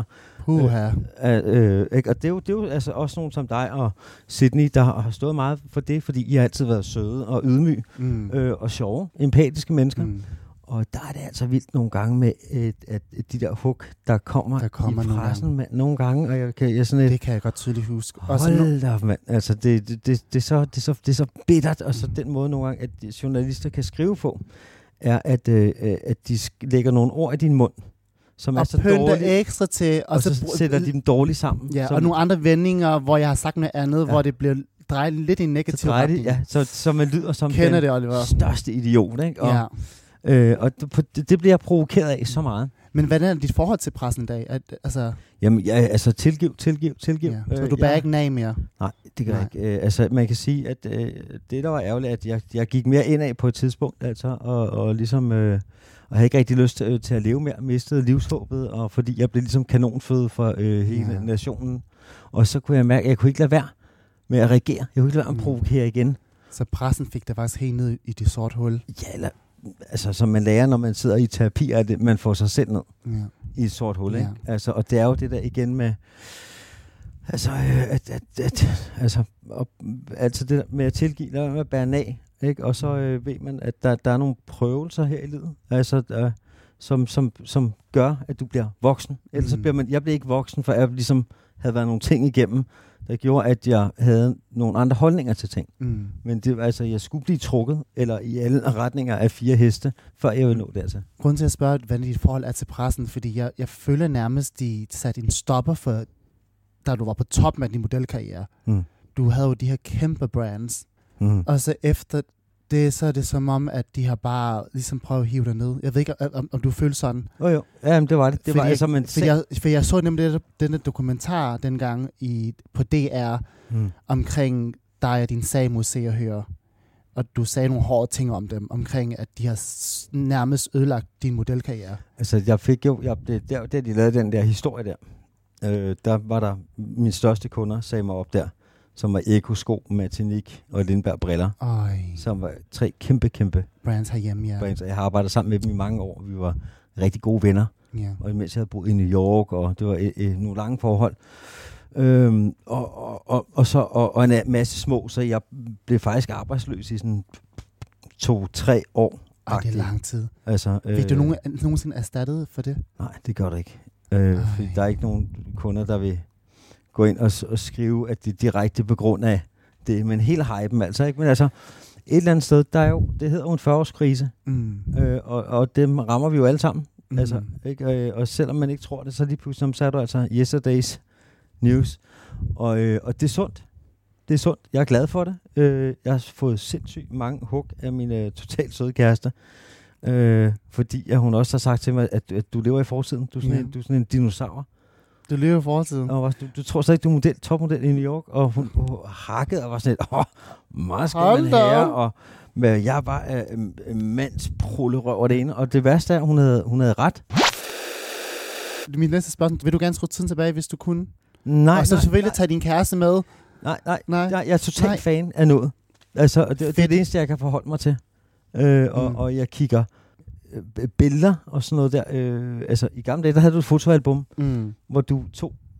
ikke? Og det er jo altså også nogen som dig og Sydney, der har stået meget for det, fordi I har altid været søde og ydmyge og sjove, empatiske mennesker. Og der er det altså vildt nogle gange med at de der hug, der kommer i pressen nogle gange, og jeg sådan det kan jeg godt tydeligt huske. Hold da, mand. Altså det er så bittert, og så den måde nogle gange, at journalister kan skrive på, er at de lægger nogle ord i din mund, som er så dårlige, ekstra til, og så sætter de dem dårligt sammen. Ja, og nogle andre vendinger, hvor jeg har sagt noget andet, hvor det bliver drejet lidt i en negativ retning. Så man lyder som den største idiot, ikke? Og det bliver jeg provokeret af så meget. Men hvad er dit forhold til pressen i dag? Jamen, tilgiv. Ja. Så du bærer ikke nag mere? Nej, det gør jeg ikke. Man kan sige, at det der var ærgerligt, at jeg gik mere indad på et tidspunkt, altså, og ligesom... og havde ikke rigtig lyst til at leve mere, mistede livshåbet, og fordi jeg blev ligesom kanonføde for hele nationen. Og så kunne jeg mærke, at jeg kunne ikke lade være med at reagere. Jeg kunne ikke lade være med at provokere igen. Så pressen fik der faktisk helt ned i det sorte hul? Ja, eller... Altså, som man lærer, når man sidder i terapi, er det, man får sig selv ned i et sort hul, ikke? Altså, og det er jo det der igen med, altså, altså det der med at tilgive, lad med at bære af, ikke? Og så ved man, at der er nogle prøvelser her i livet, altså, som gør, at du bliver voksen. Ellers så bliver jeg blev ikke voksen, for jeg ligesom havde været nogle ting igennem, der gjorde, at jeg havde nogle andre holdninger til ting. Men det, altså, jeg skulle blive trukket, eller i alle retninger af 4 heste, før jeg ville nå dertil. Grunden til at spørge, hvad dit forhold er til pressen, fordi jeg føler nærmest, de satte en stopper for, da du var på toppen af din modelkarriere. Du havde jo de her kæmpe brands, og så efter det, så er det som om, at de har bare ligesom prøvet at hive dig ned. Jeg ved ikke, om du følte sådan. Jo. Jamen, det var det. Det var altså, man for jeg så nemlig denne dokumentar dengang på DR omkring dig og din sag mod Se og Hør. Og du sagde nogle hårde ting om dem, omkring at de har nærmest ødelagt din modelkarriere. Altså, jeg fik jo... der de lavede den der historie der var der... Mine største kunder sagde mig op der, som var Eko Sko, Martinique og Lindberg Briller. Som var 3 kæmpe brands herhjemme, brands. Jeg har arbejdet sammen med dem i mange år. Vi var rigtig gode venner. Og imens jeg havde boet i New York, og det var nogle lange forhold. Og en masse små, så jeg blev faktisk arbejdsløs i sådan 2-3 år. Det er lang tid. Altså, Fik du nogensinde erstattet for det? Nej, det gør det ikke. Fordi der er ikke nogen kunder, der vil gå ind og skrive, at det er direkte på grund af det, men helt hypen altså, ikke? Men altså, et eller andet sted, der er jo, det hedder jo en 40-årskrise, og dem rammer vi jo alle sammen, altså, ikke? Og selvom man ikke tror det, så lige pludselig, så er du altså yesterday's news, og det er sundt. Det er sundt. Jeg er glad for det. Jeg har fået sindssygt mange hug af min totalt søde kæreste, fordi hun også har sagt til mig, at du lever i fortiden. Du er sådan en dinosaur. Du lever i fortiden. Og du tror så ikke, du er topmodel i New York, og hun hakkede og var sådan lidt, meget skal man have, og jeg var mandsprullerøv og det ene, og det værste er, at hun havde ret. Mit næste spørgsmål, vil du gerne skrue tiden tilbage, hvis du kunne? Nej. Og så selvfølgelig tage din kæreste med? Nej. Jeg er totalt fan af noget. Altså, det er det eneste, jeg kan forholde mig til. Og jeg kigger billeder og sådan noget der. Altså, i gamle dage, der havde du et fotoalbum, hvor du tog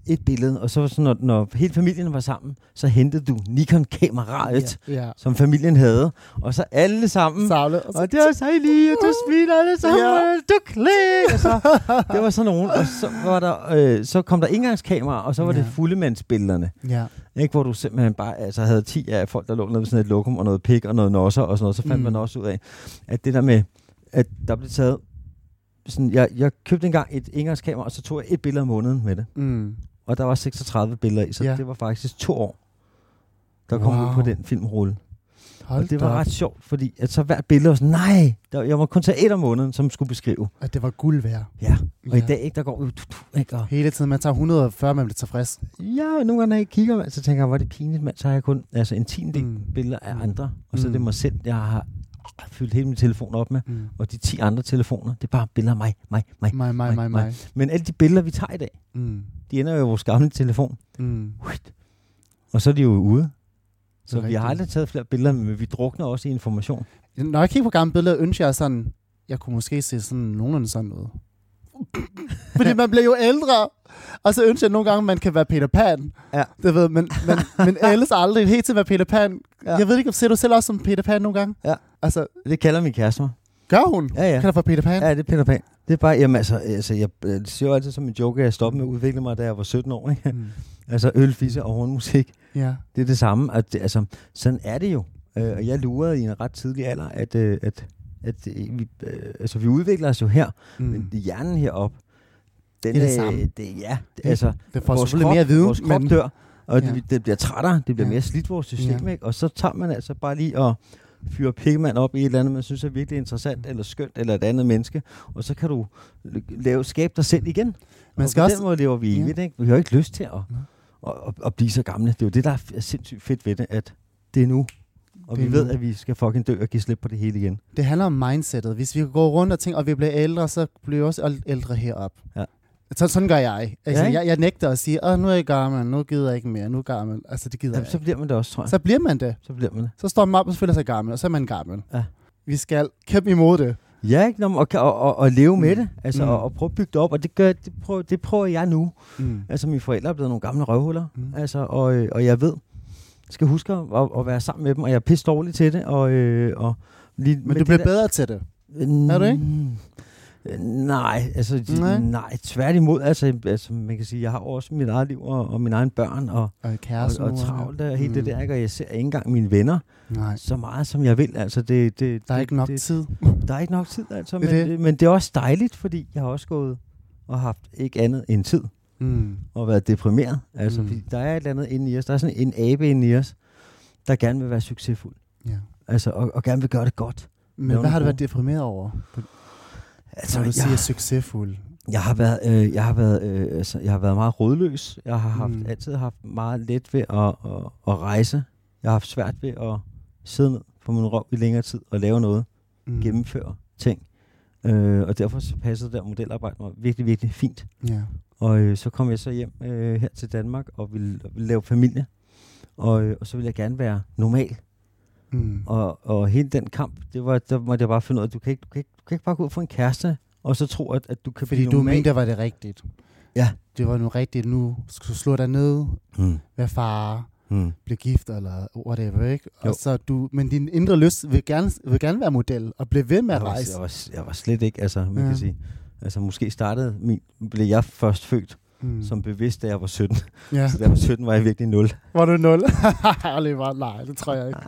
et billede, og så var sådan, når hele familien var sammen, så hentede du Nikon-kameraet, som familien havde, og så alle sammen, Savle, og det var så lige, og du smiler alle sammen, du klæder, og så, det var sådan nogen, og så var der, så kom der indgangskamera, og så var det fuldemandsbillederne, ikke, hvor du simpelthen bare havde 10 af folk, der lå nede ved sådan et lokum, og noget pik, og noget nosser, og sådan noget, så fandt man også ud af, at det der med, at der blev taget, sådan, jeg købte engang et indgangskamera, og så tog jeg et billede om måneden med det. Og der var 36 billeder i, så det var faktisk 2 år, der kom ud på den filmrulle. Og det var ret sjovt, fordi at så hvert billede var sådan, nej, jeg må kun tage 1 om måneden, som skulle beskrive. At det var guld værd. Ja, og i dag, ikke, der går jo... Ikke, og hele tiden, man tager 140, man bliver tilfreds. Ja, og nogle gange, når jeg kigger, så tænker jeg, hvor er det pinligt, mand, så har jeg kun en 10. billeder af andre, og så er det mig selv, jeg har fyldt hele min telefon op med, og de 10 andre telefoner, det er bare billeder af mig. Men alle de billeder, vi tager i dag, de ender jo i vores gamle telefon. Og så er de jo ude. Så vi har aldrig taget flere billeder, men vi drukner også i information. Når jeg kigger på gamle billeder, ønsker jeg sådan, jeg kunne måske se sådan nogenlunde sådan noget. Fordi man bliver jo ældre, og så ønsker jeg nogle gange, man kan være Peter Pan. Ja. Det ved, men ellers aldrig helt til at være Peter Pan. Ja. Jeg ved ikke, ser du selv også som Peter Pan nogle gange? Ja, altså, det kalder min kæreste mig. Gør hun? Ja. Kalder for Peter Pan? Ja, det er Peter Pan. Det er bare, jamen altså jeg siger jo altid som en joke, at jeg stoppede med at udvikle mig, da jeg var 17 år. Ikke? Altså øl, fisse og hornmusik. Ja. Det er det samme. At, altså, sådan er det jo. Og jeg lurede i en ret tidlig alder, at vi udvikler os jo her, men hjernen heroppe, den det er det samme. Det får selvfølgelig mere viden. Vores krop dør, og det bliver trættere, det bliver mere slidt vores system, ikke? Og så tager man altså bare lige og fyrer pigmand op i et eller andet, man synes er virkelig interessant, eller skønt, eller et andet menneske, og så kan du skabe dig selv igen. Man skal og på den måde lever vi evigt, ikke? Vi har jo ikke lyst til at blive så gamle. Det er jo det, der er sindssygt fedt ved det, at det er nu. Og vi ved, at vi skal fucking dø og give slip på det hele igen. Det handler om mindsetet. Hvis vi går rundt og tænker, at vi bliver ældre, så bliver vi også ældre heroppe. Ja. Sådan gør jeg. Altså, jeg nægter at sige, nu er jeg gammel, nu gider jeg ikke mere, nu er gammel. Altså, det gider jeg så bliver man det også, tror jeg. Så bliver man det. Så står man op og føler sig gammel, og så er man gammel. Ja. Vi skal kæmpe imod det. Ja, ikke? Og leve med det. Altså, og prøve at bygge det op. Og det prøver jeg nu. Altså, mine forældre er blevet nogle gamle røvhuller. Altså, og jeg ved, skal huske at være sammen med dem, og jeg er pisse dårlig til det. Men du bliver bedre til det. Er du ikke? Nej, nej, tværtimod. Altså, man kan sige, jeg har også mit eget liv og mine egne børn og kæreste og travlt og helt det der, ikke? Og jeg ser ikke engang mine venner så meget, som jeg vil. Altså, der er ikke nok tid. Der er ikke nok tid, altså. Men det er også dejligt, fordi jeg har også gået og haft ikke andet end tid. Og været deprimeret. Altså, fordi der er et eller andet inde i os. Der er sådan en abe inde i os, der gerne vil være succesfuld. Ja. Altså, og gerne vil gøre det godt. Men hvad har du været deprimeret over? Altså, når du siger succesfuld. Jeg har været meget rådløs. Jeg har altid haft meget let ved at rejse. Jeg har haft svært ved at sidde ned på min røv i længere tid og lave noget. Gennemføre ting. Og derfor så passede der modelarbejde mig virkelig, virkelig fint. Ja. Og så kom jeg så hjem her til Danmark og ville lave familie. Og så ville jeg gerne være normal. Og hele den kamp, der måtte jeg bare finde ud af, at du kan ikke bare gå ud og få en kæreste, og så tro, at du kan blive normal. Fordi du mente, det var det rigtigt. Ja. Det var nu rigtigt, nu skulle du slå dig ned, være far, blive gift, eller whatever, ikke? Og så men din indre lyst vil gerne være model, og blive ved med at rejse. Jeg var slet ikke, altså, man kan sige. Altså, måske blev jeg først født som bevidst, da jeg var 17. Ja. Så da jeg var 17, var jeg virkelig 0. Var du 0? Oliver, nej, det tror jeg ikke.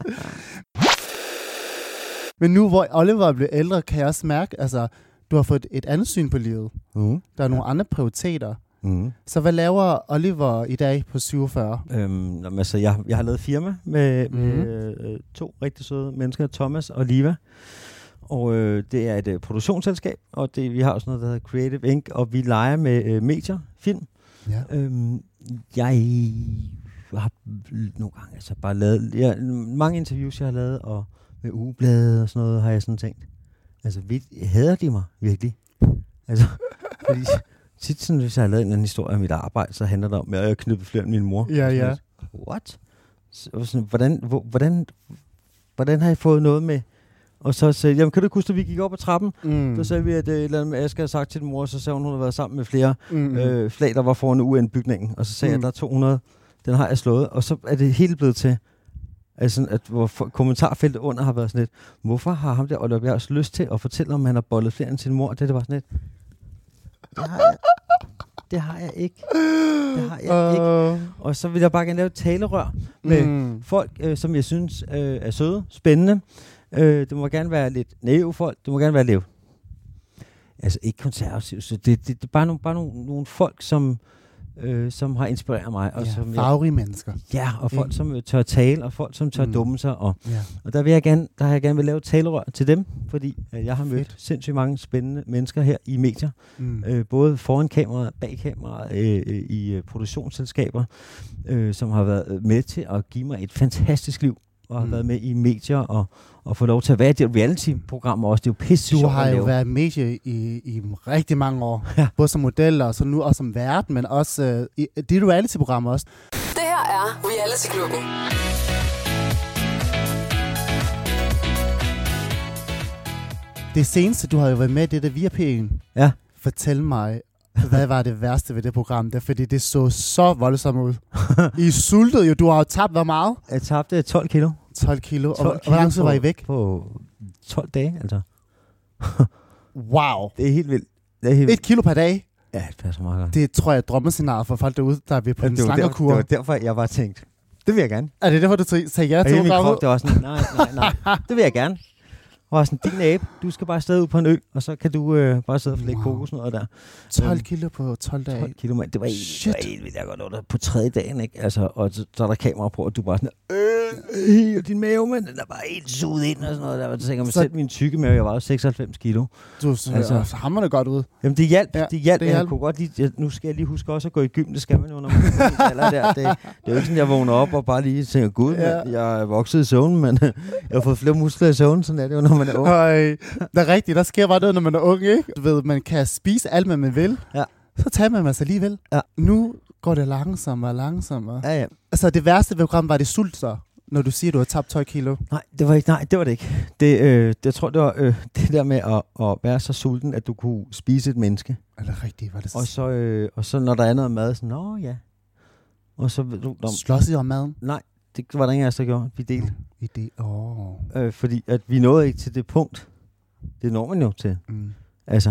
Men nu, hvor Oliver er blevet ældre, kan jeg også mærke, altså, du har fået et andet syn på livet. Der er nogle andre prioriteter. Så hvad laver Oliver i dag på 47? Altså, jeg har lavet firma med 2 rigtig søde mennesker, Thomas og Liva. Og det er et produktionsselskab, og vi har også noget, der hedder Creative Inc., og vi leger med medier, film. Ja. Jeg har nogle gange altså bare lavet mange interviews, jeg har lavet, og med ugeblade og sådan noget, har jeg sådan tænkt. Altså, hader de mig virkelig? Altså, fordi tit sådan, hvis jeg har lavet en eller anden historie om mit arbejde, så handler det om, at jeg knytter flere end min mor. Ja, ja. What? Så, sådan, hvordan har I fået noget med Og så sagde jamen kan du ikke huske, at vi gik op ad trappen? Så sagde vi, at et eller andet med Asger havde sagt til din mor, og så sagde hun havde været sammen med flere flag, der var foran UN-bygningen. Og så sagde jeg, at der er 200, den har jeg slået. Og så er det helt blevet til, altså, at hvor kommentarfeltet under har været sådan lidt, hvorfor har ham der Oliver Bjerg lyst til at fortælle, om han har bollet flere end sin mor? Det var sådan lidt, det har jeg ikke. Og så vil jeg bare gerne lave et talerør med folk, som jeg synes er søde, spændende. Det må gerne være lidt naive folk. Det må gerne være lidt, altså ikke konservativt. Så det er bare nogle folk, som har inspireret mig. Og som farverige mennesker. Ja, og folk, som tør tale, og folk, som tør dumme sig. Og der har jeg gerne vil lave et talerør til dem, fordi jeg har mødt sindssygt mange spændende mennesker her i medier. Både foran kameraet, bag kameraet, i produktionsselskaber, som har været med til at give mig et fantastisk liv, og har været med i medier, og få lov til at være i det reality-program også. Det er jo pisse sjovt. Du har jo været medie i rigtig mange år. Ja. Både som model, og så nu også som vært, men også i dit reality-program også. Det her er Reality-klubben. Det seneste, du har jo været med i det der Viap'en. Ja. Fortæl mig, hvad var det værste ved det program der? Fordi det så voldsomt ud. I sultede jo. Du har jo tabt hvor meget? Jeg tabte 12 kilo. 12 kilo. Og hvor lang tid var I væk? På 12 dage, altså. Wow. Det er helt vildt. 1 kilo per dag? Ja, det passer meget godt. Det tror jeg er drømmescenariet for folk derude, der er ved på en slankerkur. Det var derfor, jeg bare tænkte, det vil jeg gerne. Er det derfor, du sagde ja til programmet? Det var sådan, nej. Det vil jeg gerne. Og sådan, din abe, du skal bare stå ud på en ø, og så kan du bare sidde og flække kokos noget der. 12 kilo på 12 dage? 12 kilo, mand. Det var helt vildt, jeg godt lov på 3. dagen, ikke? Altså, og så er der kamera på, og du bare sådan, din mave, mand, den er bare helt suget ind og sådan noget. Der tænker man selv min tykke mave, jeg var jo 96 kilo. Du så hammer det godt ud. Jamen, det hjalp. Jeg kunne godt lide, nu skal jeg lige huske også at gå i gym, det skal man jo, når man er der. Det er jo ikke sådan, jeg vågner op og bare lige tænker, gud, mand, jeg er vokset i søvnen, men jeg har fået flere muskler i søvnen, sådan er det jo, når man er ung. Det er rigtigt, der sker bare noget, når man er ung, ikke? Du ved, man kan spise alt, hvad man vil. Ja. Så tager man sig alligevel. Ja. Nu går det langsommere. Ja. Altså, det værste ved programmet var det sult, så, når du siger, du har tabt 12 kilo. Nej, det var det ikke. Jeg tror, det var det der med at være så sulten, at du kunne spise et menneske. Er det rigtigt? Var det så? Og så når der er noget mad, så ja. Og så slås I om maden? Nej, det var der ingen af os, der gjorde. Vi delte. Fordi at vi nåede ikke til det punkt. Det når man jo til. Altså,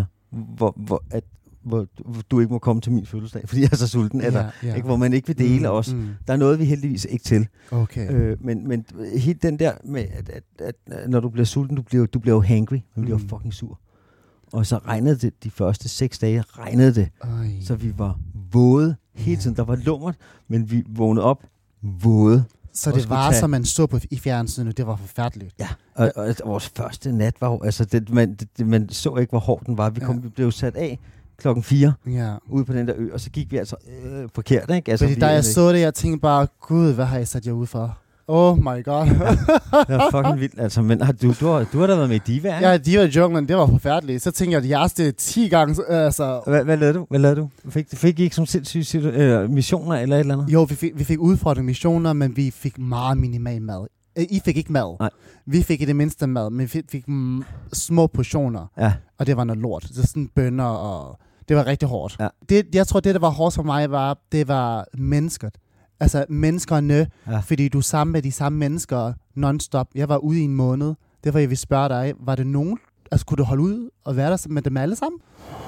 hvor du ikke må komme til min fødselsdag, fordi jeg er så sulten, ikke, hvor man ikke vil dele os. Der er noget, vi heldigvis ikke til. Okay. Men helt den der med, at når du bliver sulten, du bliver jo hangry, du bliver fucking sur. Og så regnede det, de første 6 dage regnede det. Så vi var våde hele tiden. Der var lummert, men vi vågnede op våde. Så det var, som man så på i fjernsynet, det var forfærdeligt. Ja, og vores første nat var jo, altså man så ikke, hvor hård den var. Vi blev sat af 4:00 ude på den der ø, og så gik vi altså forkert, ikke? Altså, fordi da jeg så det, jeg tænkte bare, gud, hvad har jeg sat jer ud for? Oh my god. Det var fucking vildt, altså. Men du har da været med i Diva, ikke? Ja, Diva i junglen, det var forfærdeligt. Så tænkte jeg, at jeg det 10 gange, altså... Hvad lavede du? Fik I ikke som sindssyge missioner eller et eller andet? Jo, vi fik udfordrende missioner, men vi fik meget minimal mad. I fik ikke mad. Nej. Vi fik i det mindste mad, men vi fik små portioner. Ja. Og det var noget lort. Det var sådan bønner, og det var rigtig hårdt. Ja. Jeg tror, det der var hårdt for mig, det var mennesket. Altså menneskerne, fordi du er sammen med de samme mennesker non-stop. Jeg var ude i en måned. Det var, jeg ville spørge dig, var det nogen? Altså, kunne du holde ud og være der med dem alle sammen?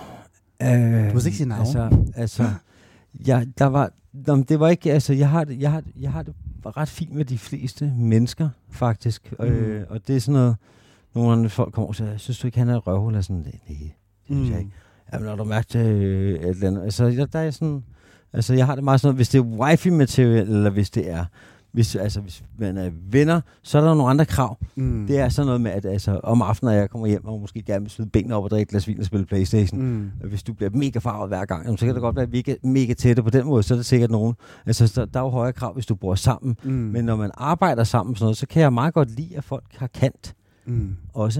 Du må ikke sige navn. Altså, det var ikke, altså, jeg har det ret fint med de fleste mennesker, faktisk. Og det er sådan noget, nogle andre folk kommer og siger, synes du ikke, han er et røvhul? Sådan, nej, det synes jeg ikke. Jamen, når du mærker til et eller andet. Altså, der er sådan... Altså, jeg har det meget sådan noget, hvis det er wifi-material, eller hvis det er, hvis man er venner, så er der nogle andre krav. Det er sådan noget med, at altså, om aftenen, når jeg kommer hjem, og måske gerne vil smide benene op og drikke et glas vin og spille PlayStation. Hvis du bliver mega farvet hver gang, så kan det godt være, at vi ikke er mega tætte på den måde, så er det sikkert nogen. Altså, der er jo højere krav, hvis du bor sammen. Men når man arbejder sammen sådan noget, så kan jeg meget godt lide, at folk har kant. Også.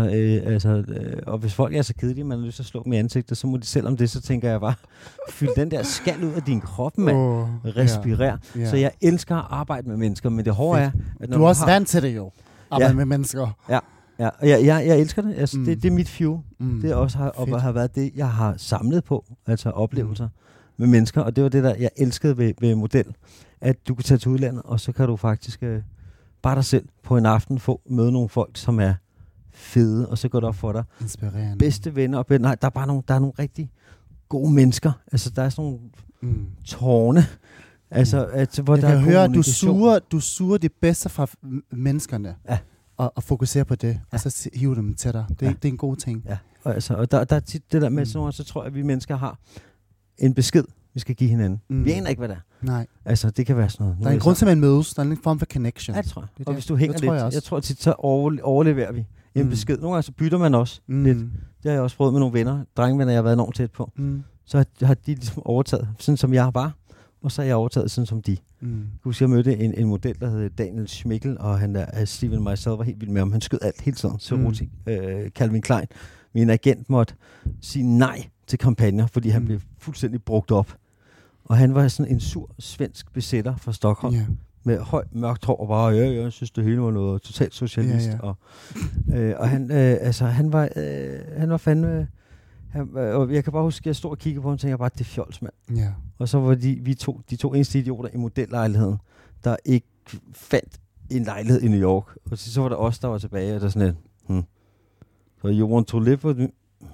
Og hvis folk er så kedelige, man har lyst til at slå dem i ansigtet, så må de selv om det, så tænker jeg bare, fyld den der skal ud af din krop, mand. Respirer. Så jeg elsker at arbejde med mennesker, men det hårde er... At du er også vant til det jo, arbejde med mennesker. Ja. Ja, og jeg elsker det. Altså, det er mit fuel. Det også har været det, jeg har samlet på, altså oplevelser med mennesker, og det var det, der jeg elskede ved model, at du kan tage til udlandet, og så kan du faktisk bare dig selv på en aften møde nogle folk, som er fede, og så går det op for dig. Inspirerende. Bedste venner, nej, der er nogle rigtig gode mennesker. Altså, der er sådan nogle tårne. Altså, hvor jeg der kan er høre, at du suger det bedste fra menneskerne. Ja. Og fokuserer på det, og så hiver dem til dig. Det er en god ting. Ja, og der er tit det der med sådan noget, så tror jeg, at vi mennesker har en besked, vi skal give hinanden. Vi aner ikke, hvad det er. Nej. Altså, det kan være sådan noget. Der er en grund til, at man mødes. Der er en form for connection. Ja, det tror jeg. Det og hvis du hænger lidt, jeg tror tit, så overleverer vi en besked. Nogle gange så bytter man også lidt. Det har jeg også prøvet med nogle venner, drengevenner, jeg har været enormt tæt på. Så har de ligesom overtaget, sådan som jeg var, og så har jeg overtaget sådan som de. Jeg mødte en model, der hed Daniel Schmickel, og han der, Steven Meisel var helt vild med ham. Han skød alt hele tiden. Så Calvin Klein. Min agent måtte sige nej til kampagner, fordi han blev fuldstændig brugt op. Og han var sådan en sur svensk besætter fra Stockholm. Yeah. Med højt mørkt hår og bare, jeg synes det hele var noget totalt socialist. Yeah. Og han var fandme... og jeg kan bare huske, at jeg stod og kiggede på ham og tænkte bare, det er fjols, mand. Yeah. Og så var de to eneste idioter i modellejligheden, der ikke fandt en lejlighed i New York. Og så var der os, der var tilbage, og der sådan lidt, so you want to live with me?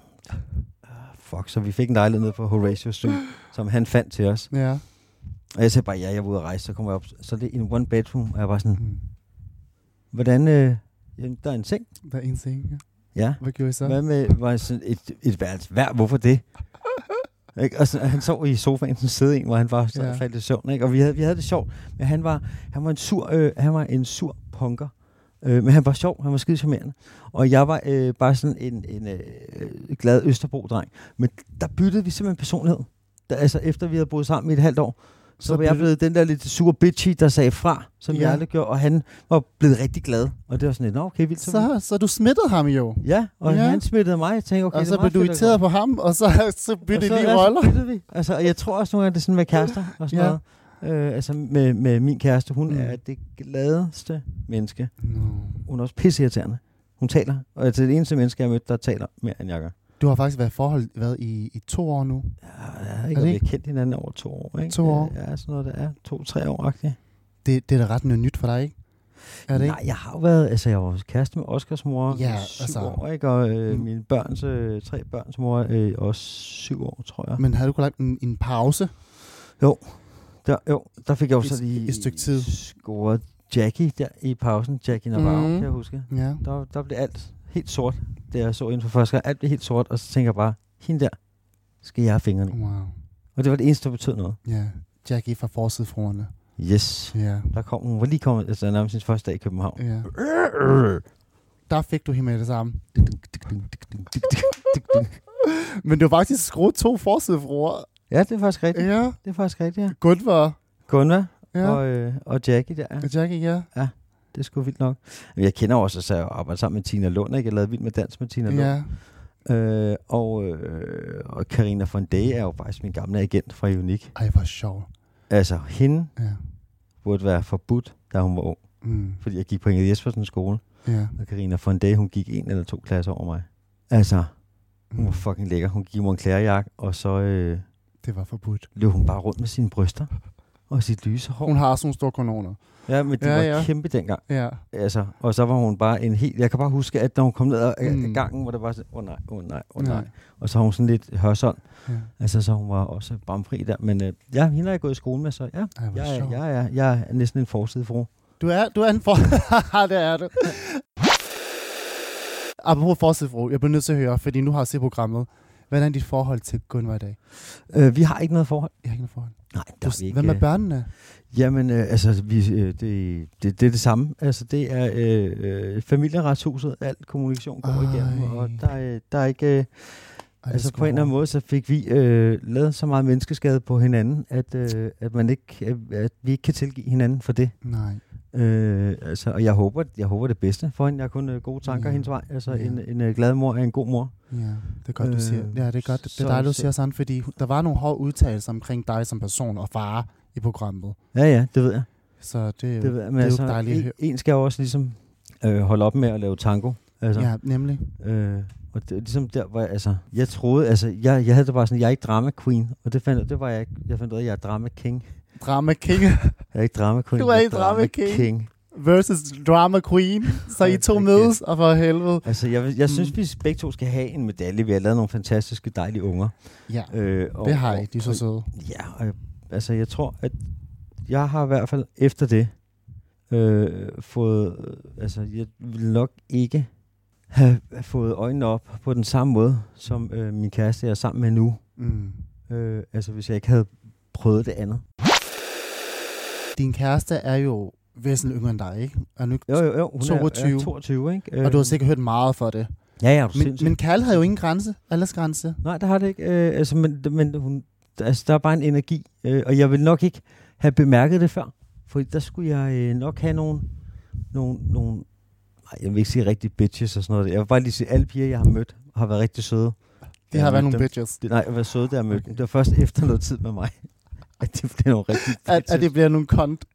Fuck, så vi fik en lejlighed nede på Horatio Street, som han fandt til os. Ja. Yeah. Og jeg sagde bare, jeg var ude at rejse, så kom jeg op. Så det er en one bedroom, og jeg var sådan, hvordan, jamen, der er en seng. Der er en seng, ja. Ja. Hvad gjorde I så? Hvad med, var sådan et værelse hver, hvorfor det? Og så, han sov i sofaen, sådan sidde en, hvor han var faldt i søvn, ikke? Og vi havde det sjovt, men han var en sur punker. Men han var sjov, han var skide charmerende. Og jeg var bare sådan en glad Østerbro-dreng. Men der byttede vi simpelthen personlighed. Altså efter vi havde boet sammen i et halvt år, så var jeg blevet den der lidt sur bitchy, der sagde fra, som jeg aldrig gjorde. Og han var blevet rigtig glad. Og det var sådan lidt, okay, vildt. Så du smittede ham jo. Ja, og han smittede mig. Jeg tænkte, okay, og så blev du irriteret på ham, og så byttede de roller. Så byttede vi. Altså, jeg tror også nogle gange, det er sådan med kærester og sådan noget. Altså med min kæreste, hun er det gladeste menneske. Hun er også pisseirriterende. Hun taler, og det er det eneste menneske, jeg har mødt, der taler mere end jeg gør. Du har faktisk været i forhold i 2 år nu. Ja, ikke? Vi har kendt hinanden over 2 år. Ikke? 2 år? Ja, sådan noget, det er 2-3 år-agtigt. Det er da ret noget nyt for dig, ikke? Er det Nej, jeg har jo været, altså jeg var kæreste med Oscars mor i 7 år, ikke? Og mine børns, 3 børns mor også 7 år, tror jeg. Men havde du kunnet lagt en pause? Jo, der fik jeg også lige et stykke tid scoret Jackie der i pausen. Jackie Navarro, kan jeg huske. Ja. Der blev alt helt sort, det jeg så inden for første gang. Alt blev helt sort, og så tænker jeg bare, hende der skal jeg have fingrene i. Wow. Og det var det eneste, der betød noget. Ja, Jackie fra Forsidefruerne. Yes. Ja. Der kom hun, var lige kommet, altså nærmest sin første dag i København. Ja. Der fik du hende med det samme. Men det var faktisk skruet 2 Forsidefruer. Ja, det er faktisk rigtigt. Ja. Det er faktisk rigtigt, ja. Gunvar. Ja. Og Jackie der. Og Jackie, ja. Ja, det er sgu vildt nok. Men jeg kender også, at jeg arbejder sammen med Tina Lund, ikke? Jeg lavede Vild med Dans med Tina Lund. Ja. Og Carina von Day er jo faktisk min gamle agent fra Unique. Ej, hvor sjov. Altså, hende burde være forbudt, da hun var ung. Fordi jeg gik på Ingrid Jespersens skole. Ja. Og Carina von Day, hun gik 1 eller 2 klasser over mig. Altså, hun var fucking lækker. Hun gik i Moncler-jakke, og så det var forbudt. Løb hun bare rundt med sine bryster og sit lyse hår. Hun har sådan nogle store kanoner. Ja, men det var kæmpe dengang. Ja. Altså, og så var hun bare en helt... Jeg kan bare huske, at når hun kom ned ad gangen, hvor der var sådan, nej. Og så har hun sådan lidt hørsånd. Ja. Altså, så hun var også bramfri der. Men hende har jeg gået i skole med, så ja. Jeg er næsten en forsidefru. Du er en det er du. Apropos forsidefru, jeg bliver nødt til at høre, fordi nu har jeg set programmet. Hvordan er dit forhold til Gunvar i dag? Vi har ikke noget forhold. Jeg har ikke noget forhold? Nej, der har vi ikke. Hvad med børnene? Jamen, altså, det er det samme. Altså, det er familieretshuset. Alt kommunikation går igennem, og der er ikke... altså, på en eller anden måde, så fik vi lavet så meget menneskeskade på hinanden, at vi ikke kan tilgive hinanden for det. Nej. Altså, og jeg håber det bedste for hende. Jeg har kun gode tanker hendes vej. Altså, en glad mor er en god mor. Ja, det er godt, du siger. Ja, det er godt. Det er dejligt, du siger sådan, fordi der var nogle hårde udtalelser omkring dig som person og far i programmet. Ja, det ved jeg. Så det er jo altså, dejligt at høre. En skal jo også ligesom holde op med at lave tango. Altså, Ja, nemlig. Og det er ligesom der, hvor jeg troede, jeg havde det bare sådan, jeg er ikke drama queen, og det var jeg ikke. Jeg fandt ud af, at jeg er drama king. Drama king. Jeg er ikke drama queen. Du er ikke drama king. Versus drama queen. Så I to mødes, og for helvede. Altså, jeg synes, vi begge to skal have en medalje. Vi har lavet nogle fantastiske, dejlige unger. Ja, det har I. De er så søde. Ja, jeg tror, at jeg har i hvert fald efter det fået... jeg vil nok ikke have fået øjnene op på den samme måde, som min kæreste er sammen med nu. Hvis jeg ikke havde prøvet det andet. Din kæreste er jo væsentligt yngre end dig, ikke? Er nu jo. Hun 22. er 22, ikke? Og du har sikkert hørt meget for det. Ja, du sindssygt. Men kærlighed har jo ingen grænse. Aldersgrænse. Nej, det har det ikke. Men hun, der er bare en energi. Og jeg vil nok ikke have bemærket det før. For der skulle jeg nok have nogle jeg vil ikke sige rigtig bitches og sådan noget. Jeg vil bare lige sige, at alle piger, jeg har mødt, har været rigtig søde. Det har været nogle bitches. Jeg har været søde, der jeg mødte. Det var først efter noget tid med mig, at det blev nogle rigtig bitches. At det bliver nogle kont.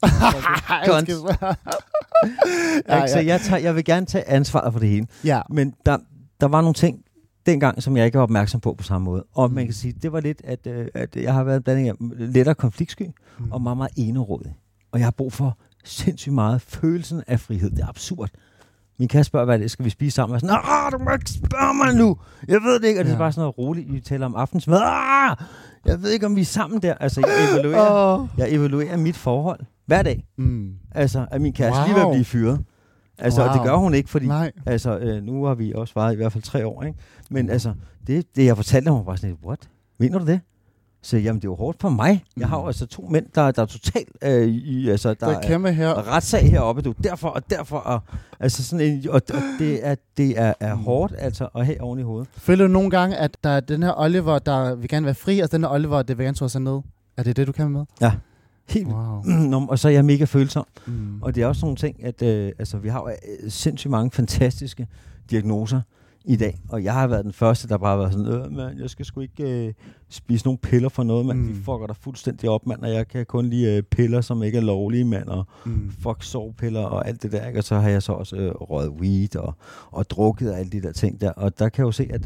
Jeg vil gerne tage ansvaret for det hele. Ja. Men der var nogle ting dengang, som jeg ikke var opmærksom på samme måde. Og man kan sige, det var lidt, at jeg har været en blanding af lettere konfliktsky og meget, meget enerådig. Og jeg har brug for sindssygt meget følelsen af frihed. Det er absurd. Min kæreste spørger, hvad det skal vi spise sammen? Og sådan, du må ikke spørge mig nu. Jeg ved det ikke. Og det er bare sådan noget roligt. Vi taler om aftensmad. Jeg ved ikke, om vi er sammen der. Altså, jeg evaluerer mit forhold hver dag. Altså, at min kæreste lige ved at blive fyret. Altså, og det gør hun ikke, fordi nu har vi også varet i hvert fald 3 år, ikke? Men altså, det jeg fortalte ham, var sådan lidt, what? Mener du det? Så jamen, det er jo hårdt for mig. Jeg har jo altså 2 mænd, der er totalt der er kæmpe her. Retssag heroppe, du. Derfor og altså sådan en, og det er hårdt altså at have oven i hovedet. Føler du nogle gange, at der er den her Oliver, der vil gerne være fri, og den her Oliver, der vil gerne tage sig ned? Er det det, du kan med? Ja. Helt. Wow. Og så er jeg mega følsom. Og det er også nogle ting, at vi har sindssygt mange fantastiske diagnoser i dag. Og jeg har været den første, der bare har været sådan, mand, jeg skal sgu ikke spise nogle piller for noget, mand. De fucker dig fuldstændig op, mand, og jeg kan kun lide piller, som ikke er lovlige, mand, og fuck sovepiller og alt det der, ikke? Og så har jeg så også røget weed og drukket og alle de der ting der. Og der kan jeg jo se,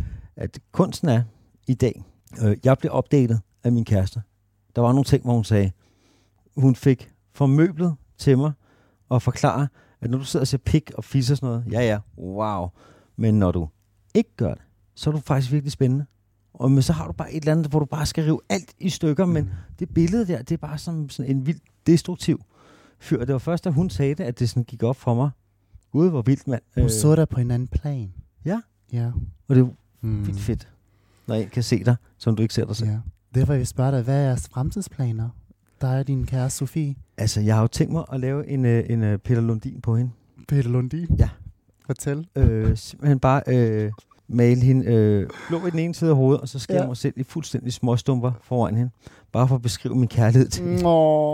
at kunsten er i dag. Jeg blev opdateret af min kæreste. Der var nogle ting, hvor hun sagde, hun fik formøblet til mig og forklare, at når du sidder og ser pik og fis og sådan noget, wow. Men når du ikke gør det, så er du faktisk virkelig spændende. Men så har du bare et eller andet, hvor du bare skal rive alt i stykker, men det billede der, det er bare sådan en vildt destruktiv fyr. Det var først, da hun sagde det, at det sådan gik op for mig. Gud, hvor vildt, mand. Hun så dig på en anden plan. Ja. Ja. Og det er jo vildt fedt, når en kan se dig, som du ikke ser dig selv. Ja. Derfor vil jeg spørge dig, hvad er jeres fremtidsplaner? Der er din kæreste Sofie. Altså, jeg har jo tænkt mig at lave en Peter Lundin på hende. Peter Lundin? Ja. Fortæl. Simpelthen bare male hende blå i den ene side af hovedet, og så skære jeg mig selv i fuldstændig småstumper foran hende. Bare for at beskrive min kærlighed til hende.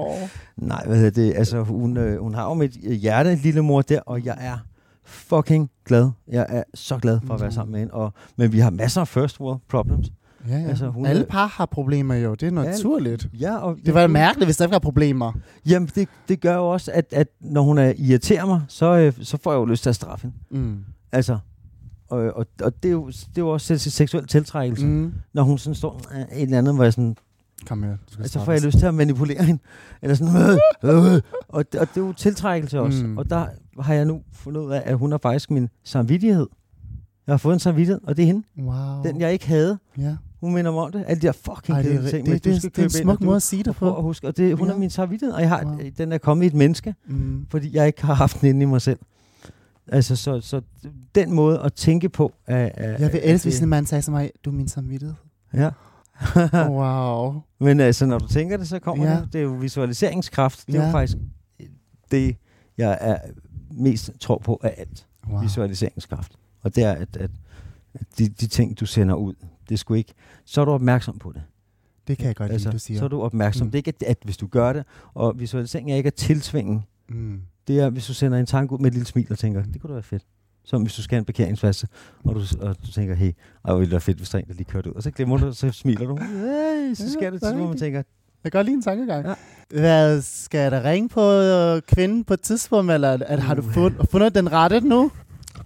Nej, hvad hedder det? Altså, hun har jo mit hjerte, lille mor der, og jeg er fucking glad. Jeg er så glad for at være sammen med hende. Men vi har masser af first world problems. Ja. Altså, alle par har problemer jo. Det er naturligt. Ja, og det var mærkeligt, hvis der ikke var problemer. Jamen, det gør jo også, at når hun irriterer mig, så får jeg jo lyst til at straffe hende. Altså, og det er jo også seksuel tiltrækkelse. Når hun sådan står et eller andet, hvor jeg sådan... Kom her, så får jeg lyst til at manipulere hende. Eller sådan... og det er jo tiltrækkelse også. Og der har jeg nu fundet ud af, at hun har faktisk min samvittighed. Jeg har fået en samvittighed, og det er hende. Wow. Den, jeg ikke havde. Ja. Hun minder mig om det. Alle de der fucking ting, det er en smuk måde at sige det på. Huske. Og hun er min samvittighed, og jeg har, den er kommet i et menneske, fordi jeg ikke har haft den inde i mig selv. Altså, så den måde at tænke på... Jeg vil elske, hvis en mand sagde til mig, du er min samvittighed. Ja. Wow. Men altså, når du tænker det, så kommer det. Det er jo visualiseringskraft. Det er jo faktisk det, jeg er mest tror på af alt. Wow. Visualiseringskraft. Og det er, at de ting, du sender ud, det er sgu ikke... Så er du opmærksom på det. Det kan jeg godt lide, du siger. Så er du opmærksom. Det er ikke, at hvis du gør det, og visualisering er ikke at tilsvinge. Det er, hvis du sender en tanke ud med et lille smil og tænker, det kunne da være fedt. Som hvis du skal have en parkeringsplads, og du tænker, hey, det ville være fedt, hvis der er en, der lige kørte ud. Og så glemmer du, så smiler du. Hey, så sker det til, hvor man tænker... Jeg kan godt lide en tankegang. Ja. Hvad, skal der ringe på kvinden på et tidspunkt, eller har du fundet den rette nu?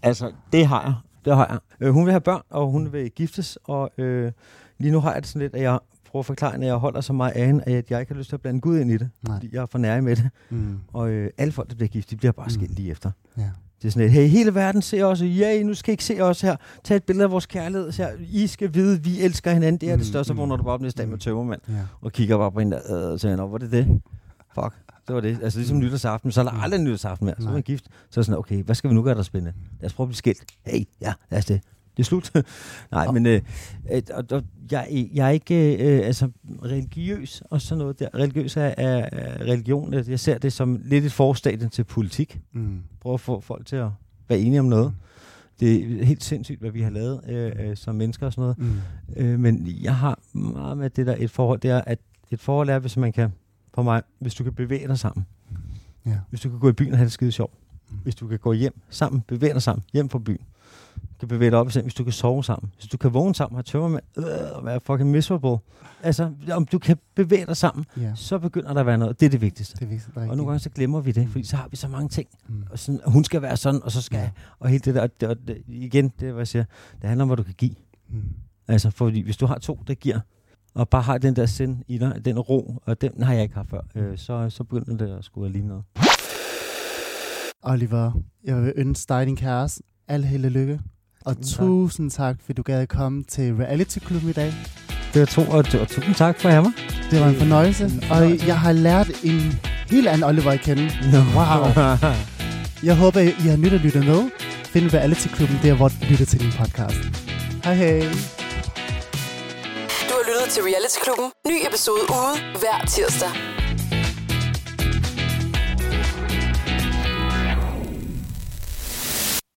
Altså, det har jeg. Hun vil have børn, og hun vil giftes, og lige nu har jeg det sådan lidt, at jeg prøver at forklare, at jeg holder så meget af hende, at jeg ikke har lyst til at blande Gud ind i det. Nej. Fordi jeg er for nær med det. Og alle folk, der bliver gift, de bliver bare skilt lige efter. Ja. Det er sådan lidt, hey, hele verden ser os, nu skal I ikke se os her. Tag et billede af vores kærlighed her. I skal vide, vi elsker hinanden. Det er det største, hvor når du bare op næste dag med tømmermand, og kigger bare på hende der, og siger, hvor er det? Fuck, det var det. Altså ligesom nytårsaften, så er der aldrig nytårsaften mere. Så er man gift, så er det sådan, okay, hvad skal vi nu gøre, der er spændende? Lad os prøve at blive skilt. Hey, ja, lad os det. Det er slut. Nej, men jeg er ikke altså religiøs og sådan noget der. Religiøs er religion. Jeg ser det som lidt et forstadie til politik. Prøve at få folk til at være enige om noget. Det er helt sindssygt, hvad vi har lavet som mennesker og sådan noget. Men jeg har meget med det der et forhold. Det er, at et forhold er, hvis man kan, for mig, hvis du kan bevæge dig sammen. Ja. Hvis du kan gå i byen og have det skide sjovt. Hvis du kan gå hjem sammen, bevæge dig sammen, hjem fra byen. Du kan bevæge dig op, hvis du kan sove sammen. Hvis du kan vågne sammen, have tømmermænd, og være fucking miserable. Altså, om du kan bevæge dig sammen, så begynder der at være noget. Det er det vigtigste. Og nogle gange så glemmer vi det, fordi så har vi så mange ting. Og sådan, hun skal være sådan, og så skal jeg. Og helt det der, og det, igen, det er, hvad jeg siger, det handler om, hvad du kan give. Altså, fordi hvis du har to, der giver, og bare har den der sind i dig, den ro, og den har jeg ikke haft før, så begynder det at skulle ligne noget. Oliver, jeg vil ønske dig, din kæreste, al held og lykke. Og tusind tak, fordi du gad at komme til Reality Club i dag. Det var tusind tak for at have mig. Det var en fornøjelse. Og jeg har lært en helt anden Oliver at kende. Wow. Jeg håber, I har nyt at lytte med. Find Reality Klubben der, hvor du lytter til din podcast. Hej hej. Du har lyttet til Reality Klubben. Ny episode ude hver tirsdag.